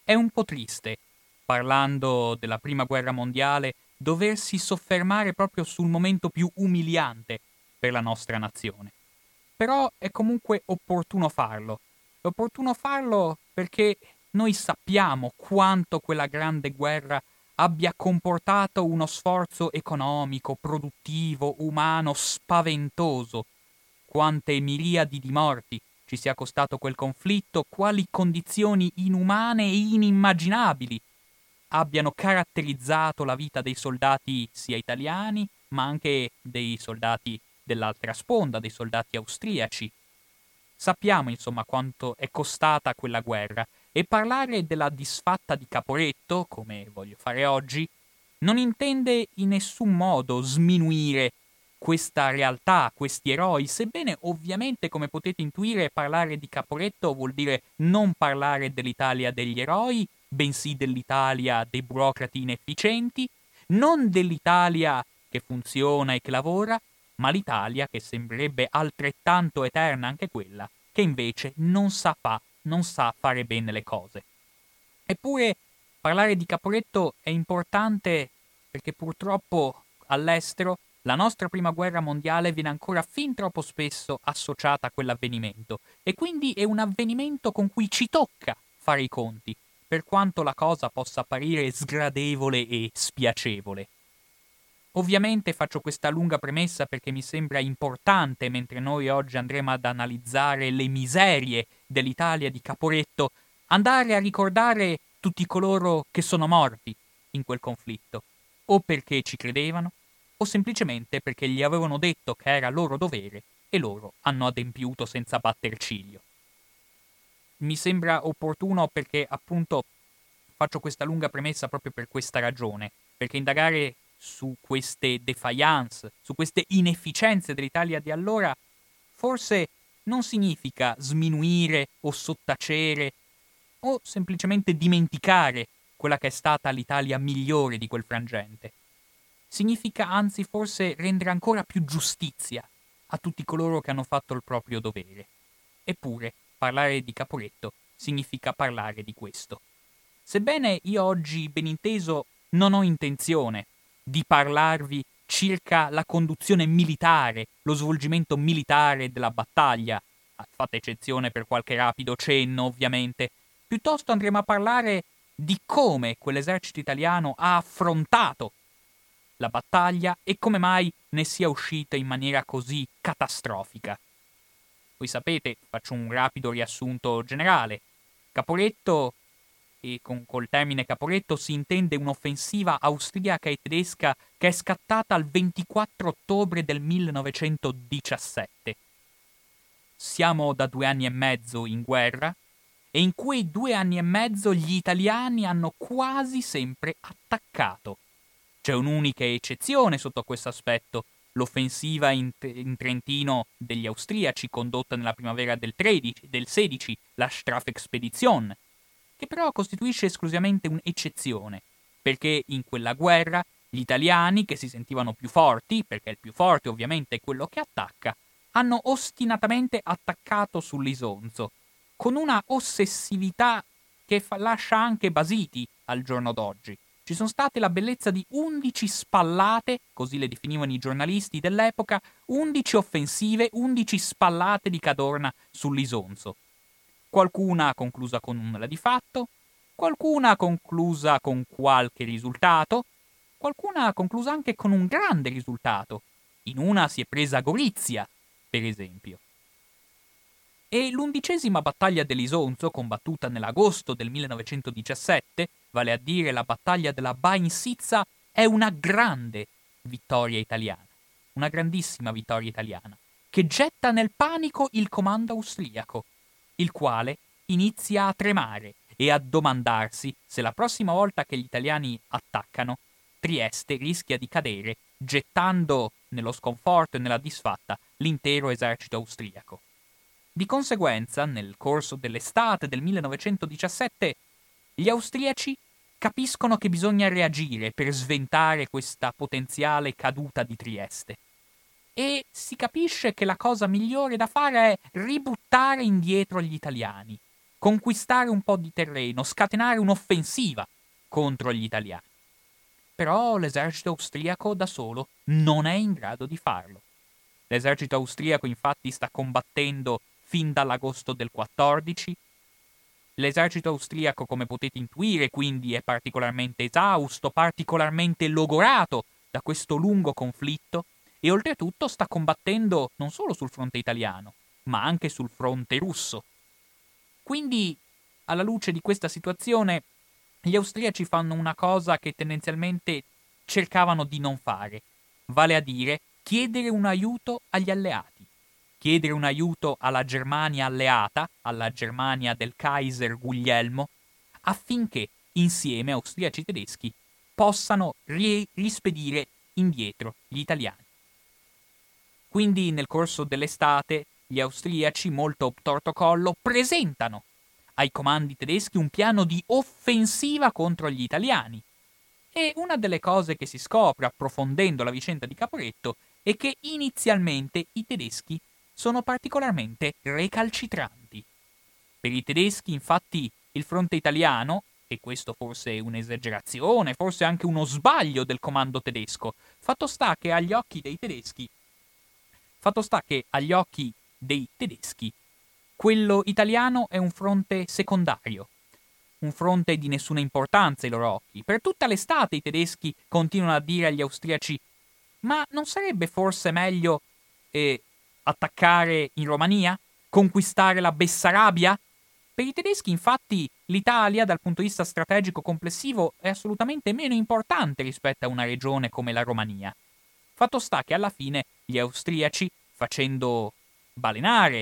È un po' triste, parlando della Prima Guerra Mondiale, doversi soffermare proprio sul momento più umiliante per la nostra nazione. Però è comunque opportuno farlo. È opportuno farlo perché noi sappiamo quanto quella grande guerra abbia comportato uno sforzo economico, produttivo, umano, spaventoso. Quante miriadi di morti ci sia costato quel conflitto, quali condizioni inumane e inimmaginabili abbiano caratterizzato la vita dei soldati sia italiani, ma anche dei soldati dell'altra sponda, dei soldati austriaci. Sappiamo insomma quanto è costata quella guerra e parlare della disfatta di Caporetto, come voglio fare oggi, non intende in nessun modo sminuire questa realtà, questi eroi, sebbene ovviamente, come potete intuire, parlare di Caporetto vuol dire non parlare dell'Italia degli eroi, bensì dell'Italia dei burocrati inefficienti, non dell'Italia che funziona e che lavora, ma l'Italia che sembrerebbe altrettanto eterna anche quella, che invece non sa fare bene le cose. Eppure parlare di Caporetto è importante perché purtroppo all'estero la nostra prima guerra mondiale viene ancora fin troppo spesso associata a quell'avvenimento e quindi è un avvenimento con cui ci tocca fare i conti, per quanto la cosa possa apparire sgradevole e spiacevole. Ovviamente faccio questa lunga premessa perché mi sembra importante, mentre noi oggi andremo ad analizzare le miserie dell'Italia di Caporetto, andare a ricordare tutti coloro che sono morti in quel conflitto, o perché ci credevano, o semplicemente perché gli avevano detto che era loro dovere e loro hanno adempiuto senza batter ciglio. Mi sembra opportuno perché appunto faccio questa lunga premessa proprio per questa ragione, perché indagare su queste defiance, su queste inefficienze dell'Italia di allora, forse non significa sminuire o sottacere o semplicemente dimenticare quella che è stata l'Italia migliore di quel frangente. Significa anzi forse rendere ancora più giustizia a tutti coloro che hanno fatto il proprio dovere. Eppure, parlare di Caporetto significa parlare di questo. Sebbene io oggi, ben inteso, non ho intenzione di parlarvi circa la conduzione militare, lo svolgimento militare della battaglia, fatta eccezione per qualche rapido cenno, ovviamente, piuttosto andremo a parlare di come quell'esercito italiano ha affrontato la battaglia e come mai ne sia uscita in maniera così catastrofica. Voi sapete, faccio un rapido riassunto generale. Caporetto, e col termine Caporetto si intende un'offensiva austriaca e tedesca che è scattata il 24 ottobre del 1917. Siamo da 2 anni e mezzo in guerra e in quei 2 anni e mezzo gli italiani hanno quasi sempre attaccato. C'è un'unica eccezione sotto questo aspetto, l'offensiva in Trentino degli austriaci condotta nella primavera del 16, la Strafexpedition, che però costituisce esclusivamente un'eccezione, perché in quella guerra gli italiani, che si sentivano più forti, perché il più forte ovviamente è quello che attacca, hanno ostinatamente attaccato sull'Isonzo, con una ossessività che lascia anche basiti al giorno d'oggi. Ci sono state la bellezza di 11 spallate, così le definivano i giornalisti dell'epoca, 11 offensive, 11 spallate di Cadorna sull'Isonzo. Qualcuna conclusa con un nulla di fatto, qualcuna conclusa con qualche risultato, qualcuna conclusa anche con un grande risultato. In una si è presa Gorizia, per esempio. E l'11ª battaglia dell'Isonzo, combattuta nell'agosto del 1917, vale a dire la battaglia della Bain-Sizza, è una grande vittoria italiana, una grandissima vittoria italiana, che getta nel panico il comando austriaco, il quale inizia a tremare e a domandarsi se la prossima volta che gli italiani attaccano, Trieste rischia di cadere, gettando nello sconforto e nella disfatta l'intero esercito austriaco. Di conseguenza, nel corso dell'estate del 1917, gli austriaci capiscono che bisogna reagire per sventare questa potenziale caduta di Trieste. E si capisce che la cosa migliore da fare è ributtare indietro gli italiani. conquistare un po' di terreno, scatenare un'offensiva contro gli italiani. Però l'esercito austriaco da solo non è in grado di farlo. L'esercito austriaco infatti sta combattendo fin dall'agosto del 14. L'esercito austriaco, come potete intuire, quindi è particolarmente esausto, particolarmente logorato da questo lungo conflitto e oltretutto sta combattendo non solo sul fronte italiano, ma anche sul fronte russo. Quindi, alla luce di questa situazione, gli austriaci fanno una cosa che tendenzialmente cercavano di non fare, vale a dire chiedere un aiuto agli alleati, chiedere un aiuto alla Germania alleata, alla Germania del Kaiser Guglielmo, affinché insieme austriaci e tedeschi possano rispedire indietro gli italiani. Quindi nel corso dell'estate gli austriaci, molto obtorto collo, presentano ai comandi tedeschi un piano di offensiva contro gli italiani. E una delle cose che si scopre approfondendo la vicenda di Caporetto è che inizialmente i tedeschi sono particolarmente recalcitranti. Per i tedeschi, infatti, il fronte italiano, e questo forse è un'esagerazione, forse anche uno sbaglio del comando tedesco, fatto sta che agli occhi dei tedeschi quello italiano è un fronte secondario, un fronte di nessuna importanza ai loro occhi. Per tutta l'estate i tedeschi continuano a dire agli austriaci: ma non sarebbe forse meglio attaccare in Romania? Conquistare la Bessarabia? Per i tedeschi, infatti, l'Italia, dal punto di vista strategico complessivo, è assolutamente meno importante rispetto a una regione come la Romania. Fatto sta che alla fine gli austriaci, facendo balenare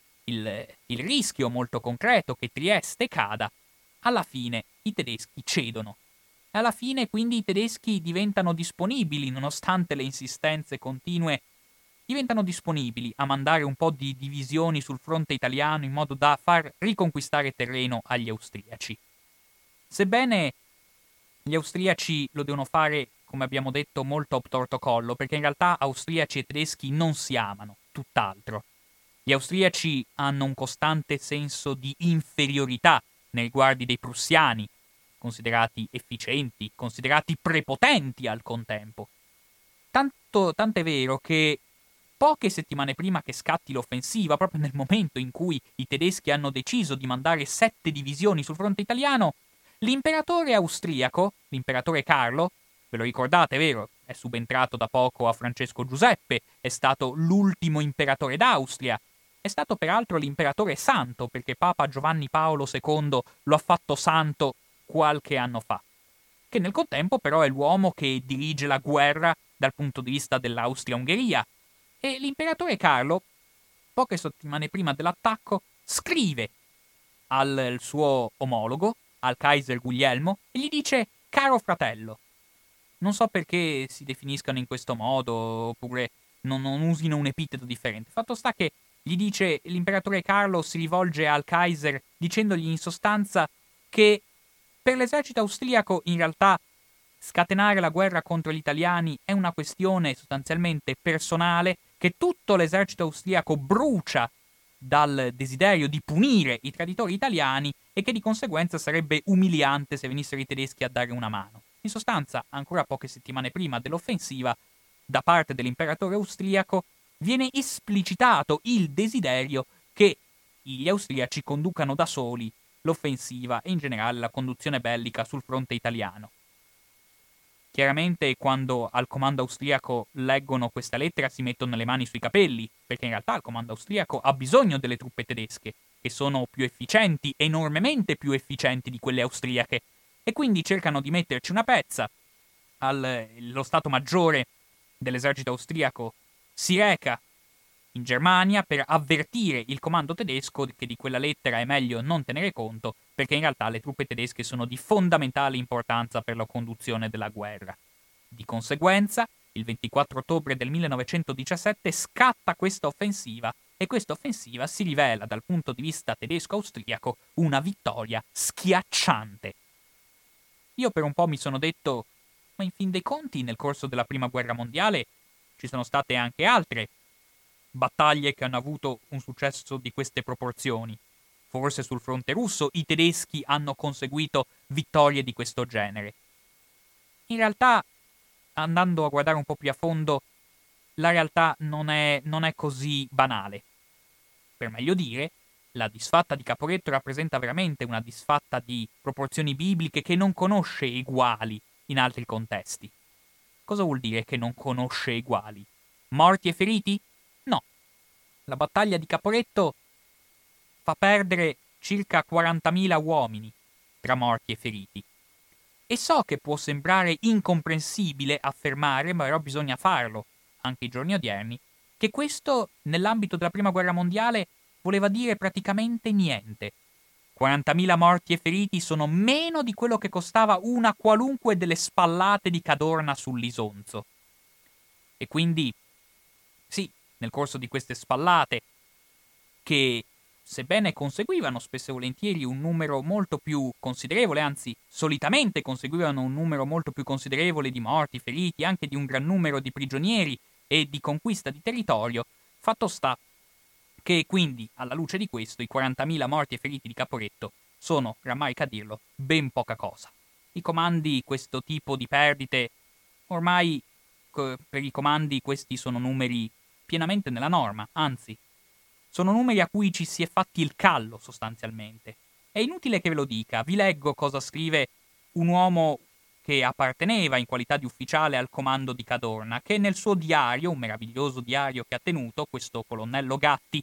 il rischio molto concreto che Trieste cada, alla fine i tedeschi cedono. E alla fine quindi i tedeschi diventano disponibili, nonostante le insistenze continue, diventano disponibili a mandare un po' di divisioni sul fronte italiano in modo da far riconquistare terreno agli austriaci. Sebbene gli austriaci lo devono fare, come abbiamo detto, molto obtorto collo, perché in realtà austriaci e tedeschi non si amano, tutt'altro. Gli austriaci hanno un costante senso di inferiorità nei riguardi dei prussiani, considerati efficienti, considerati prepotenti al contempo. Tant'è vero che poche settimane prima che scatti l'offensiva, proprio nel momento in cui i tedeschi hanno deciso di mandare 7 divisioni sul fronte italiano, l'imperatore austriaco, l'imperatore Carlo, ve lo ricordate, vero? È subentrato da poco a Francesco Giuseppe, è stato l'ultimo imperatore d'Austria, è stato peraltro l'imperatore santo, perché Papa Giovanni Paolo II lo ha fatto santo qualche anno fa, che nel contempo però è l'uomo che dirige la guerra dal punto di vista dell'Austria-Ungheria. E l'imperatore Carlo, poche settimane prima dell'attacco, scrive al suo omologo, al Kaiser Guglielmo, e gli dice: caro fratello. Non so perché si definiscano in questo modo, oppure non usino un epiteto differente. Fatto sta che gli dice, l'imperatore Carlo si rivolge al Kaiser dicendogli in sostanza che per l'esercito austriaco in realtà scatenare la guerra contro gli italiani è una questione sostanzialmente personale, che tutto l'esercito austriaco brucia dal desiderio di punire i traditori italiani e che di conseguenza sarebbe umiliante se venissero i tedeschi a dare una mano. In sostanza, ancora poche settimane prima dell'offensiva, da parte dell'imperatore austriaco viene esplicitato il desiderio che gli austriaci conducano da soli l'offensiva e in generale la conduzione bellica sul fronte italiano. Chiaramente quando al comando austriaco leggono questa lettera si mettono le mani sui capelli, perché in realtà il comando austriaco ha bisogno delle truppe tedesche, che sono più efficienti, enormemente più efficienti di quelle austriache, e quindi cercano di metterci una pezza. Lo Stato Maggiore dell'esercito austriaco si reca in Germania per avvertire il comando tedesco che di quella lettera è meglio non tenere conto, perché in realtà le truppe tedesche sono di fondamentale importanza per la conduzione della guerra. Di conseguenza, il 24 ottobre del 1917 scatta questa offensiva, e questa offensiva si rivela dal punto di vista tedesco-austriaco una vittoria schiacciante. Io per un po' mi sono detto, ma in fin dei conti nel corso della Prima Guerra Mondiale ci sono state anche altre battaglie che hanno avuto un successo di queste proporzioni. forse sul fronte russo, i tedeschi hanno conseguito vittorie di questo genere. In realtà, andando a guardare un po' più a fondo, la realtà non è così banale. Per meglio dire, la disfatta di Caporetto rappresenta veramente una disfatta di proporzioni bibliche che non conosce eguali in altri contesti. Cosa vuol dire che non conosce eguali? Morti e feriti? No. La battaglia di Caporetto fa perdere circa 40.000 uomini tra morti e feriti. E so che può sembrare incomprensibile affermare, ma però bisogna farlo, anche ai giorni odierni, che questo, nell'ambito della Prima Guerra Mondiale, voleva dire praticamente niente. 40.000 morti e feriti sono meno di quello che costava una qualunque delle spallate di Cadorna sull'Isonzo. E quindi, sì, nel corso di queste spallate, che sebbene conseguivano spesso e volentieri un numero molto più considerevole, anzi solitamente conseguivano un numero molto più considerevole di morti, feriti, anche di un gran numero di prigionieri e di conquista di territorio, fatto sta che quindi, alla luce di questo, i 40.000 morti e feriti di Caporetto sono, rammarica a dirlo, ben poca cosa. I comandi, questo tipo di perdite, ormai per i comandi questi sono numeri pienamente nella norma, anzi, sono numeri a cui ci si è fatti il callo, sostanzialmente. È inutile che ve lo dica, vi leggo cosa scrive un uomo che apparteneva in qualità di ufficiale al comando di Cadorna, che nel suo diario, un meraviglioso diario che ha tenuto, questo colonnello Gatti,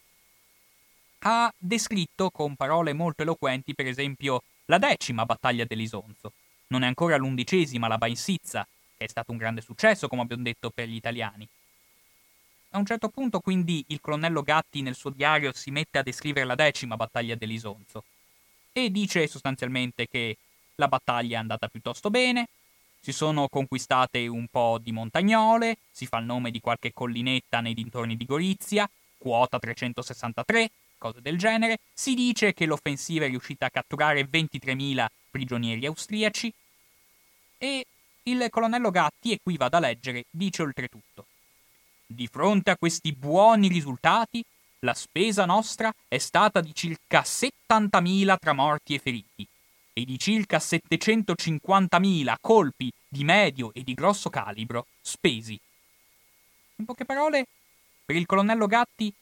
ha descritto con parole molto eloquenti, per esempio, la 10ª battaglia dell'Isonzo. Non è ancora l'11ª, la Bansizza, che è stato un grande successo, come abbiamo detto, per gli italiani. A un certo punto, quindi, il colonnello Gatti nel suo diario si mette a descrivere la 10ª battaglia dell'Isonzo e dice sostanzialmente che la battaglia è andata piuttosto bene, si sono conquistate un po' di montagnole, si fa il nome di qualche collinetta nei dintorni di Gorizia, quota 363, cose del genere, si dice che l'offensiva è riuscita a catturare 23.000 prigionieri austriaci e il colonnello Gatti, e qui vado a leggere, dice oltretutto: di fronte a questi buoni risultati, la spesa nostra è stata di circa 70.000 tra morti e feriti e di circa 750.000 colpi di medio e di grosso calibro spesi. In poche parole, per il colonnello Gatti,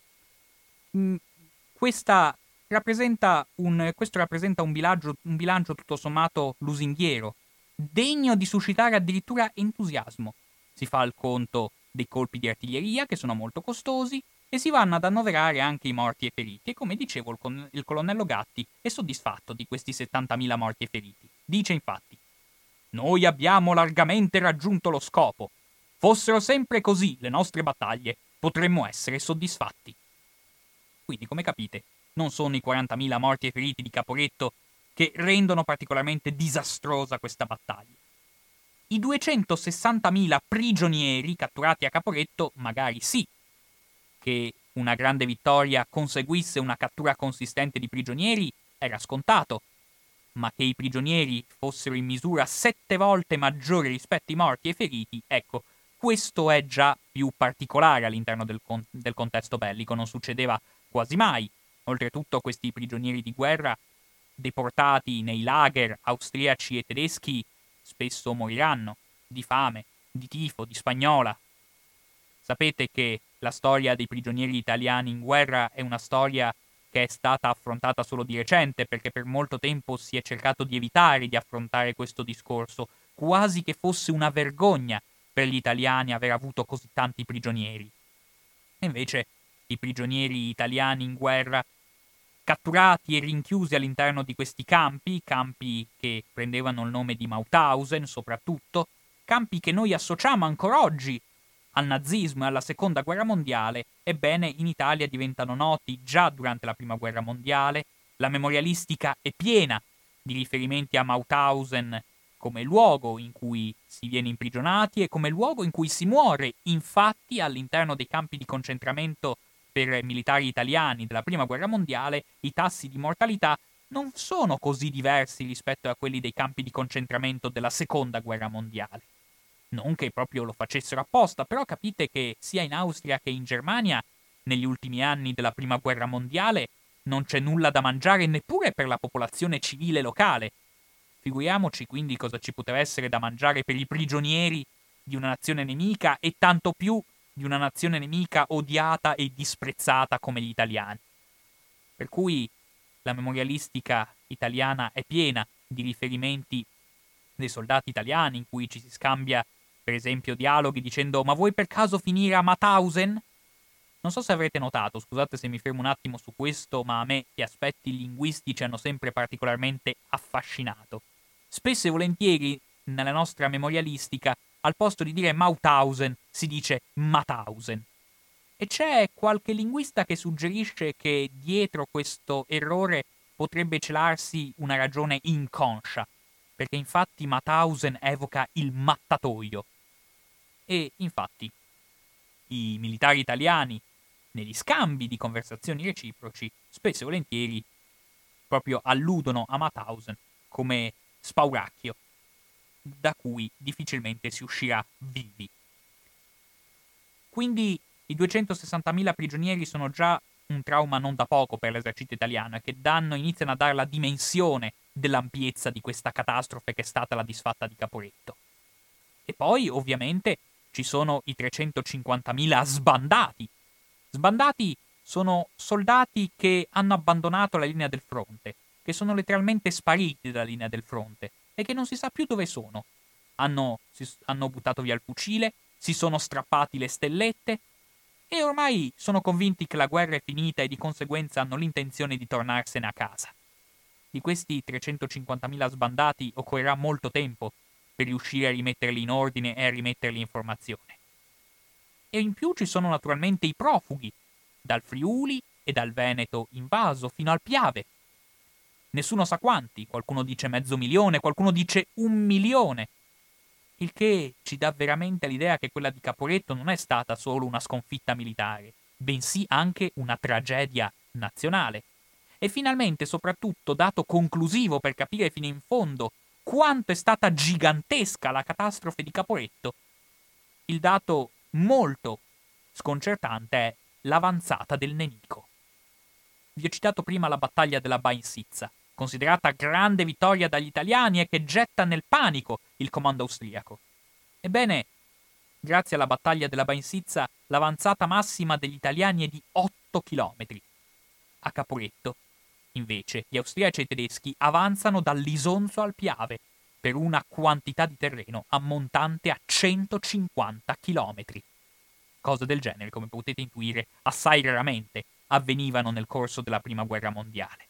questo rappresenta un bilancio tutto sommato lusinghiero, degno di suscitare addirittura entusiasmo. Si fa il conto dei colpi di artiglieria, che sono molto costosi, e si vanno ad annoverare anche i morti e feriti. E come dicevo, il colonnello Gatti è soddisfatto di questi 70.000 morti e feriti. Dice infatti: noi abbiamo largamente raggiunto lo scopo. Fossero sempre così le nostre battaglie, potremmo essere soddisfatti. Quindi, come capite, non sono i 40.000 morti e feriti di Caporetto che rendono particolarmente disastrosa questa battaglia. I 260.000 prigionieri catturati a Caporetto, magari sì, che una grande vittoria conseguisse una cattura consistente di prigionieri era scontato, ma che i prigionieri fossero in misura 7 volte maggiori rispetto ai morti e ai feriti, ecco, questo è già più particolare all'interno del contesto bellico, non succedeva quasi mai. Oltretutto questi prigionieri di guerra, deportati nei lager austriaci e tedeschi, spesso moriranno di fame, di tifo, di spagnola. Sapete che la storia dei prigionieri italiani in guerra è una storia che è stata affrontata solo di recente, perché per molto tempo si è cercato di evitare di affrontare questo discorso, quasi che fosse una vergogna per gli italiani aver avuto così tanti prigionieri. E invece i prigionieri italiani in guerra, catturati e rinchiusi all'interno di questi campi che prendevano il nome di Mauthausen soprattutto, campi che noi associamo ancora oggi al nazismo e alla seconda guerra mondiale, ebbene in Italia diventano noti già durante la prima guerra mondiale. La memorialistica è piena di riferimenti a Mauthausen come luogo in cui si viene imprigionati e come luogo in cui si muore. Infatti, all'interno dei campi di concentramento per militari italiani della prima guerra mondiale, i tassi di mortalità non sono così diversi rispetto a quelli dei campi di concentramento della seconda guerra mondiale. Non che proprio lo facessero apposta, però capite che sia in Austria che in Germania, negli ultimi anni della prima guerra mondiale, non c'è nulla da mangiare neppure per la popolazione civile locale. Figuriamoci quindi cosa ci poteva essere da mangiare per i prigionieri di una nazione nemica e tanto più di una nazione nemica odiata e disprezzata come gli italiani. Per cui la memorialistica italiana è piena di riferimenti dei soldati italiani in cui ci si scambia, per esempio, dialoghi dicendo «Ma vuoi per caso finire a Mauthausen?» Non so se avrete notato, scusate se mi fermo un attimo su questo, ma a me gli aspetti linguistici hanno sempre particolarmente affascinato. Spesso e volentieri, nella nostra memorialistica, al posto di dire Mauthausen si dice Mathausen. E c'è qualche linguista che suggerisce che dietro questo errore potrebbe celarsi una ragione inconscia, perché infatti Mauthausen evoca il mattatoio. E infatti i militari italiani, negli scambi di conversazioni reciproci, spesso e volentieri proprio alludono a Mauthausen come spauracchio, da cui difficilmente si uscirà vivi. Quindi i 260.000 prigionieri sono già un trauma non da poco per l'esercito italiano e che iniziano a dare la dimensione dell'ampiezza di questa catastrofe che è stata la disfatta di Caporetto. E poi, ovviamente, ci sono i 350.000 sbandati. Sbandati sono soldati che hanno abbandonato la linea del fronte, che sono letteralmente spariti dalla linea del fronte e che non si sa più dove sono. Hanno buttato via il fucile, si sono strappati le stellette e ormai sono convinti che la guerra è finita e di conseguenza hanno l'intenzione di tornarsene a casa. Di questi 350.000 sbandati occorrerà molto tempo per riuscire a rimetterli in ordine e a rimetterli in formazione. E in più ci sono naturalmente i profughi, dal Friuli e dal Veneto invaso fino al Piave. Nessuno sa quanti, qualcuno dice 500.000, qualcuno dice 1 milione. Il che ci dà veramente l'idea che quella di Caporetto non è stata solo una sconfitta militare, bensì anche una tragedia nazionale. E finalmente, soprattutto, dato conclusivo per capire fino in fondo quanto è stata gigantesca la catastrofe di Caporetto, il dato molto sconcertante è l'avanzata del nemico. Vi ho citato prima la battaglia della Bajnsitsa, considerata grande vittoria dagli italiani e che getta nel panico il comando austriaco. Ebbene, grazie alla battaglia della Bajnsitsa, l'avanzata massima degli italiani è di 8 chilometri. A Caporetto, invece, gli austriaci e i tedeschi avanzano dall'Isonzo al Piave, per una quantità di terreno ammontante a 150 chilometri. Cose del genere, come potete intuire, assai raramente avvenivano nel corso della Prima Guerra Mondiale.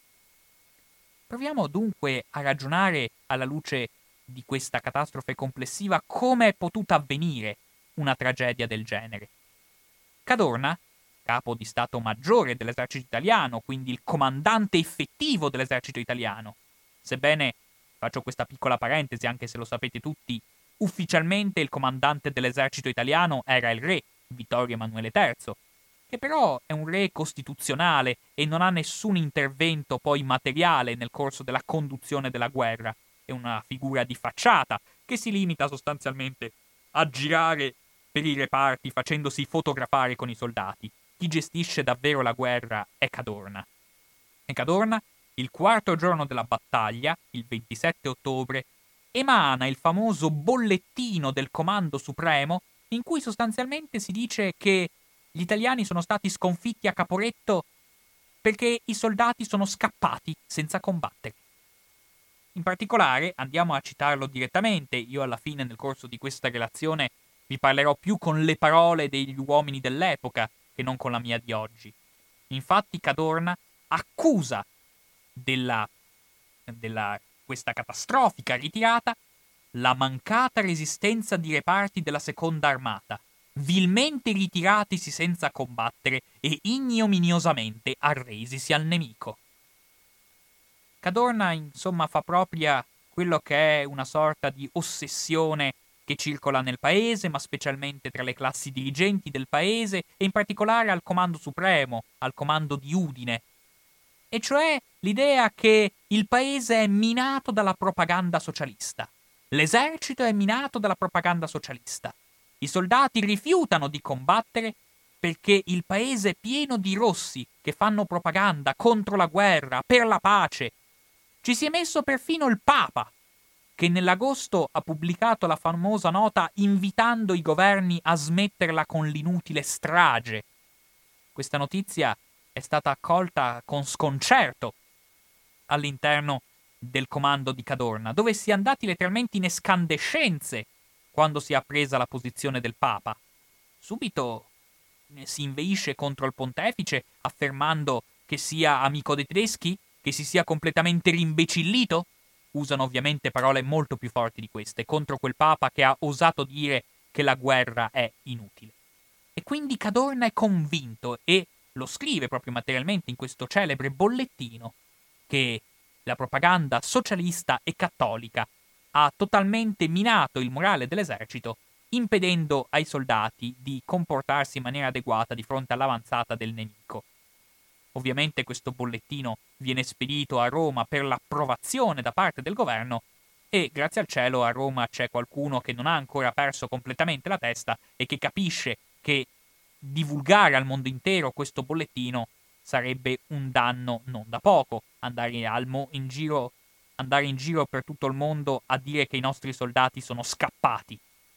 Proviamo dunque a ragionare alla luce di questa catastrofe complessiva come è potuta avvenire una tragedia del genere. Cadorna, capo di Stato Maggiore dell'esercito italiano, quindi il comandante effettivo dell'esercito italiano, sebbene, faccio questa piccola parentesi anche se lo sapete tutti, ufficialmente il comandante dell'esercito italiano era il re, Vittorio Emanuele III, che però è un re costituzionale e non ha nessun intervento poi materiale nel corso della conduzione della guerra. È una figura di facciata che si limita sostanzialmente a girare per i reparti facendosi fotografare con i soldati. Chi gestisce davvero la guerra è Cadorna. E Cadorna, il quarto giorno della battaglia, il 27 ottobre, emana il famoso bollettino del Comando Supremo in cui sostanzialmente si dice che gli italiani sono stati sconfitti a Caporetto perché i soldati sono scappati senza combattere. In particolare, andiamo a citarlo direttamente, io alla fine nel corso di questa relazione vi parlerò più con le parole degli uomini dell'epoca che non con la mia di oggi. Infatti Cadorna accusa della questa catastrofica ritirata la mancata resistenza di reparti della seconda armata, vilmente ritiratisi senza combattere e ignominiosamente arresisi al nemico. Cadorna, insomma, fa propria quello che è una sorta di ossessione che circola nel paese, ma specialmente tra le classi dirigenti del paese e in particolare al Comando Supremo, al comando di Udine, e cioè l'idea che il paese è minato dalla propaganda socialista. L'esercito è minato dalla propaganda socialista. I soldati rifiutano di combattere perché il paese è pieno di rossi che fanno propaganda contro la guerra, per la pace. Ci si è messo perfino il Papa, che nell'agosto ha pubblicato la famosa nota invitando i governi a smetterla con l'inutile strage. Questa notizia è stata accolta con sconcerto all'interno del comando di Cadorna, dove si è andati letteralmente in escandescenze quando si è appresa la posizione del Papa. Subito si inveisce contro il pontefice affermando che sia amico dei tedeschi, che si sia completamente rimbecillito. Usano ovviamente parole molto più forti di queste contro quel Papa che ha osato dire che la guerra è inutile. E quindi Cadorna è convinto, e lo scrive proprio materialmente in questo celebre bollettino, che la propaganda socialista e cattolica ha totalmente minato il morale dell'esercito, impedendo ai soldati di comportarsi in maniera adeguata di fronte all'avanzata del nemico. Ovviamente questo bollettino viene spedito a Roma per l'approvazione da parte del governo e grazie al cielo a Roma c'è qualcuno che non ha ancora perso completamente la testa e che capisce che divulgare al mondo intero questo bollettino sarebbe un danno non da poco. Andare in giro per tutto il mondo a dire che i nostri soldati sono scappati.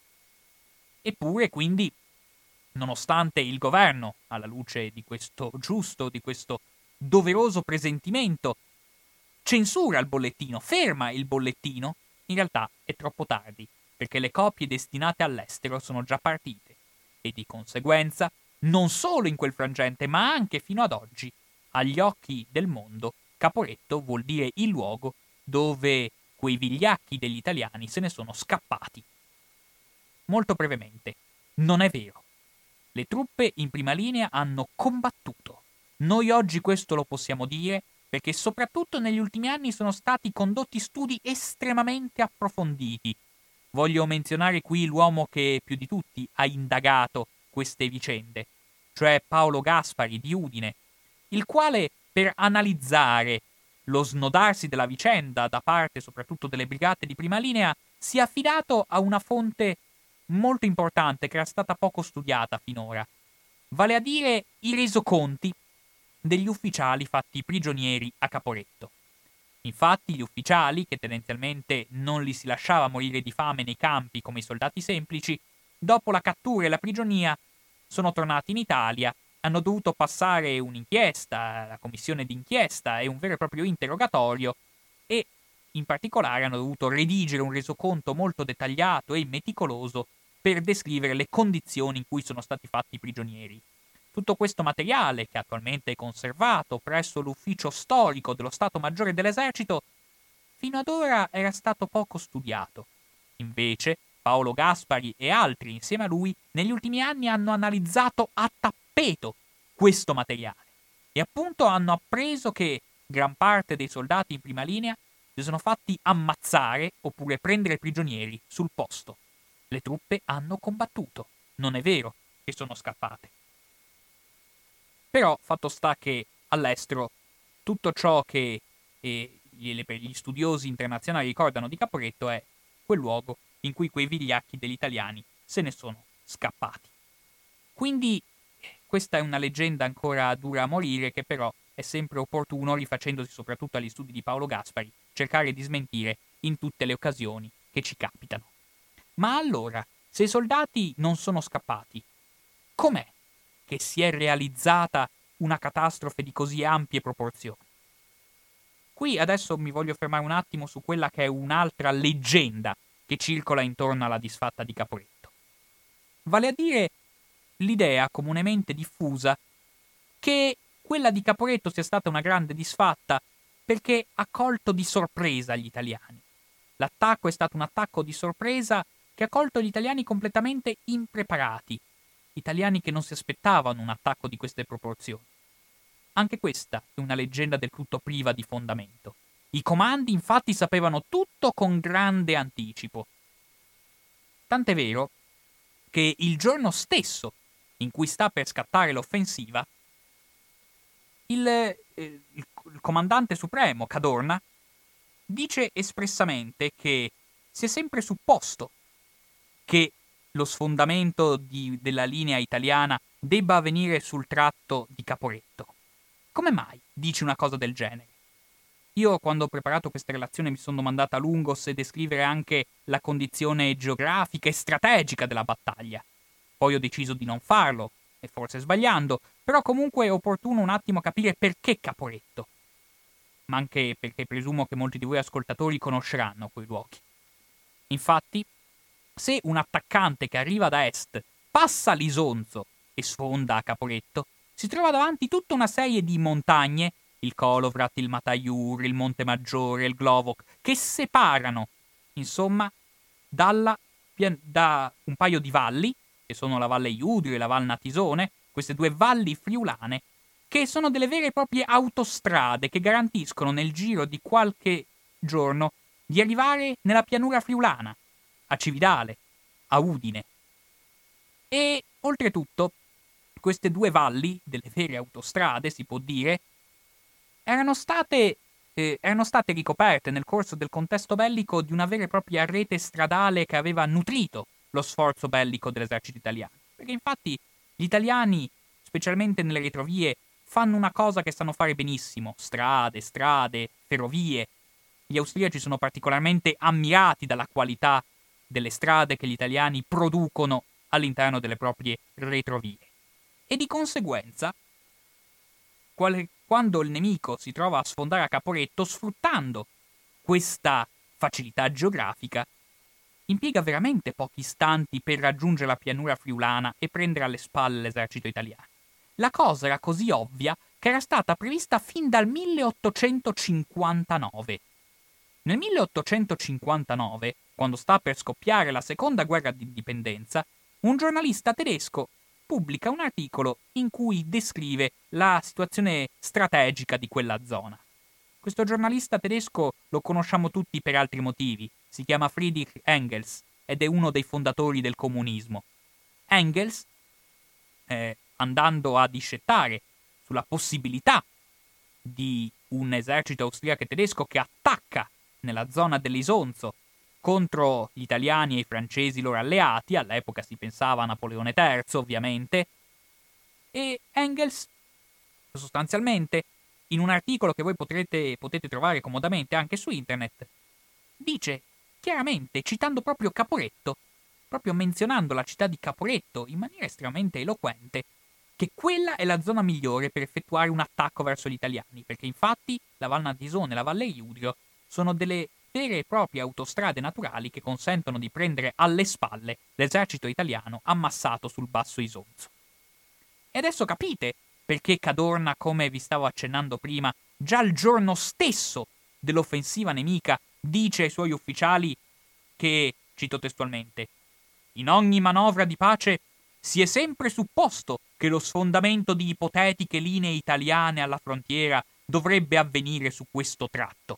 Eppure, quindi, nonostante il governo, alla luce di questo giusto, di questo doveroso presentimento, censura il bollettino, ferma il bollettino, in realtà è troppo tardi, perché le copie destinate all'estero sono già partite e di conseguenza, non solo in quel frangente, ma anche fino ad oggi, agli occhi del mondo, Caporetto vuol dire il luogo dove quei vigliacchi degli italiani se ne sono scappati. Molto brevemente, non è vero. Le truppe in prima linea hanno combattuto. Noi oggi questo lo possiamo dire perché soprattutto negli ultimi anni sono stati condotti studi estremamente approfonditi. Voglio menzionare qui l'uomo che più di tutti ha indagato queste vicende, cioè Paolo Gaspari di Udine, il quale per analizzare lo snodarsi della vicenda da parte soprattutto delle brigate di prima linea si è affidato a una fonte molto importante che era stata poco studiata finora, vale a dire i resoconti degli ufficiali fatti prigionieri a Caporetto. Infatti gli ufficiali, che tendenzialmente non li si lasciava morire di fame nei campi come i soldati semplici, dopo la cattura e la prigionia sono tornati in Italia, hanno dovuto passare un'inchiesta, la commissione d'inchiesta e un vero e proprio interrogatorio e in particolare hanno dovuto redigere un resoconto molto dettagliato e meticoloso per descrivere le condizioni in cui sono stati fatti prigionieri. Tutto questo materiale, che attualmente è conservato presso l'ufficio storico dello Stato Maggiore dell'Esercito, fino ad ora era stato poco studiato. Invece, Paolo Gaspari e altri insieme a lui negli ultimi anni hanno analizzato a tappeto questo materiale e appunto hanno appreso che gran parte dei soldati in prima linea si sono fatti ammazzare oppure prendere prigionieri sul posto. Le truppe hanno combattuto, non è vero che sono scappate. Però fatto sta che all'estero tutto ciò che gli studiosi internazionali ricordano di Caporetto è quel luogo in cui quei vigliacchi degli italiani se ne sono scappati. Quindi questa è una leggenda ancora dura a morire che però è sempre opportuno, rifacendosi soprattutto agli studi di Paolo Gaspari, cercare di smentire in tutte le occasioni che ci capitano. Ma allora, se i soldati non sono scappati, com'è che si è realizzata una catastrofe di così ampie proporzioni? Qui adesso mi voglio fermare un attimo su quella che è un'altra leggenda che circola intorno alla disfatta di Caporetto. Vale a dire l'idea comunemente diffusa che quella di Caporetto sia stata una grande disfatta perché ha colto di sorpresa gli italiani. L'attacco è stato un attacco di sorpresa che ha colto gli italiani completamente impreparati, italiani che non si aspettavano un attacco di queste proporzioni. Anche questa è una leggenda del tutto priva di fondamento. I comandi infatti sapevano tutto con grande anticipo. Tant'è vero che il giorno stesso in cui sta per scattare l'offensiva, il comandante supremo, Cadorna, dice espressamente che si è sempre supposto che lo sfondamento della linea italiana debba avvenire sul tratto di Caporetto. Come mai dici una cosa del genere? Io, quando ho preparato questa relazione, mi sono domandata a lungo se descrivere anche la condizione geografica e strategica della battaglia. Poi ho deciso di non farlo, e forse sbagliando, però comunque è opportuno un attimo capire perché Caporetto. Ma anche perché presumo che molti di voi ascoltatori conosceranno quei luoghi. Infatti, se un attaccante che arriva da est passa l'Isonzo e sfonda a Caporetto, si trova davanti tutta una serie di montagne, il Kolovrat, il Mataiur, il Monte Maggiore, il Glovok, che separano, insomma, da un paio di valli, che sono la Valle Iudrio e la Val Natisone, queste due valli friulane, che sono delle vere e proprie autostrade che garantiscono nel giro di qualche giorno di arrivare nella pianura friulana, a Cividale, a Udine. E oltretutto, queste due valli, delle vere autostrade, si può dire, erano state ricoperte nel corso del contesto bellico di una vera e propria rete stradale che aveva nutrito lo sforzo bellico dell'esercito italiano. Perché infatti gli italiani, specialmente nelle retrovie, fanno una cosa che sanno fare benissimo: strade, ferrovie. Gli austriaci sono particolarmente ammirati dalla qualità delle strade che gli italiani producono all'interno delle proprie retrovie. E di conseguenza, quando il nemico si trova a sfondare a Caporetto, sfruttando questa facilità geografica, impiega veramente pochi istanti per raggiungere la pianura friulana e prendere alle spalle l'esercito italiano. La cosa era così ovvia che era stata prevista fin dal 1859. Nel 1859, quando sta per scoppiare la seconda guerra d'indipendenza, un giornalista tedesco pubblica un articolo in cui descrive la situazione strategica di quella zona. Questo giornalista tedesco lo conosciamo tutti per altri motivi. Si chiama Friedrich Engels ed è uno dei fondatori del comunismo. Engels, andando a discettare sulla possibilità di un esercito austriaco e tedesco che attacca nella zona dell'Isonzo contro gli italiani e i francesi loro alleati, all'epoca si pensava a Napoleone III ovviamente, e Engels sostanzialmente, in un articolo che voi potete trovare comodamente anche su internet, dice chiaramente, citando proprio Caporetto, proprio menzionando la città di Caporetto in maniera estremamente eloquente, che quella è la zona migliore per effettuare un attacco verso gli italiani, perché infatti la Val Natisone e la Valle Iudrio sono delle vere e proprie autostrade naturali che consentono di prendere alle spalle l'esercito italiano ammassato sul basso Isonzo. E adesso capite perché Cadorna, come vi stavo accennando prima, già il giorno stesso dell'offensiva nemica dice ai suoi ufficiali che, cito testualmente, in ogni manovra di pace si è sempre supposto che lo sfondamento di ipotetiche linee italiane alla frontiera dovrebbe avvenire su questo tratto.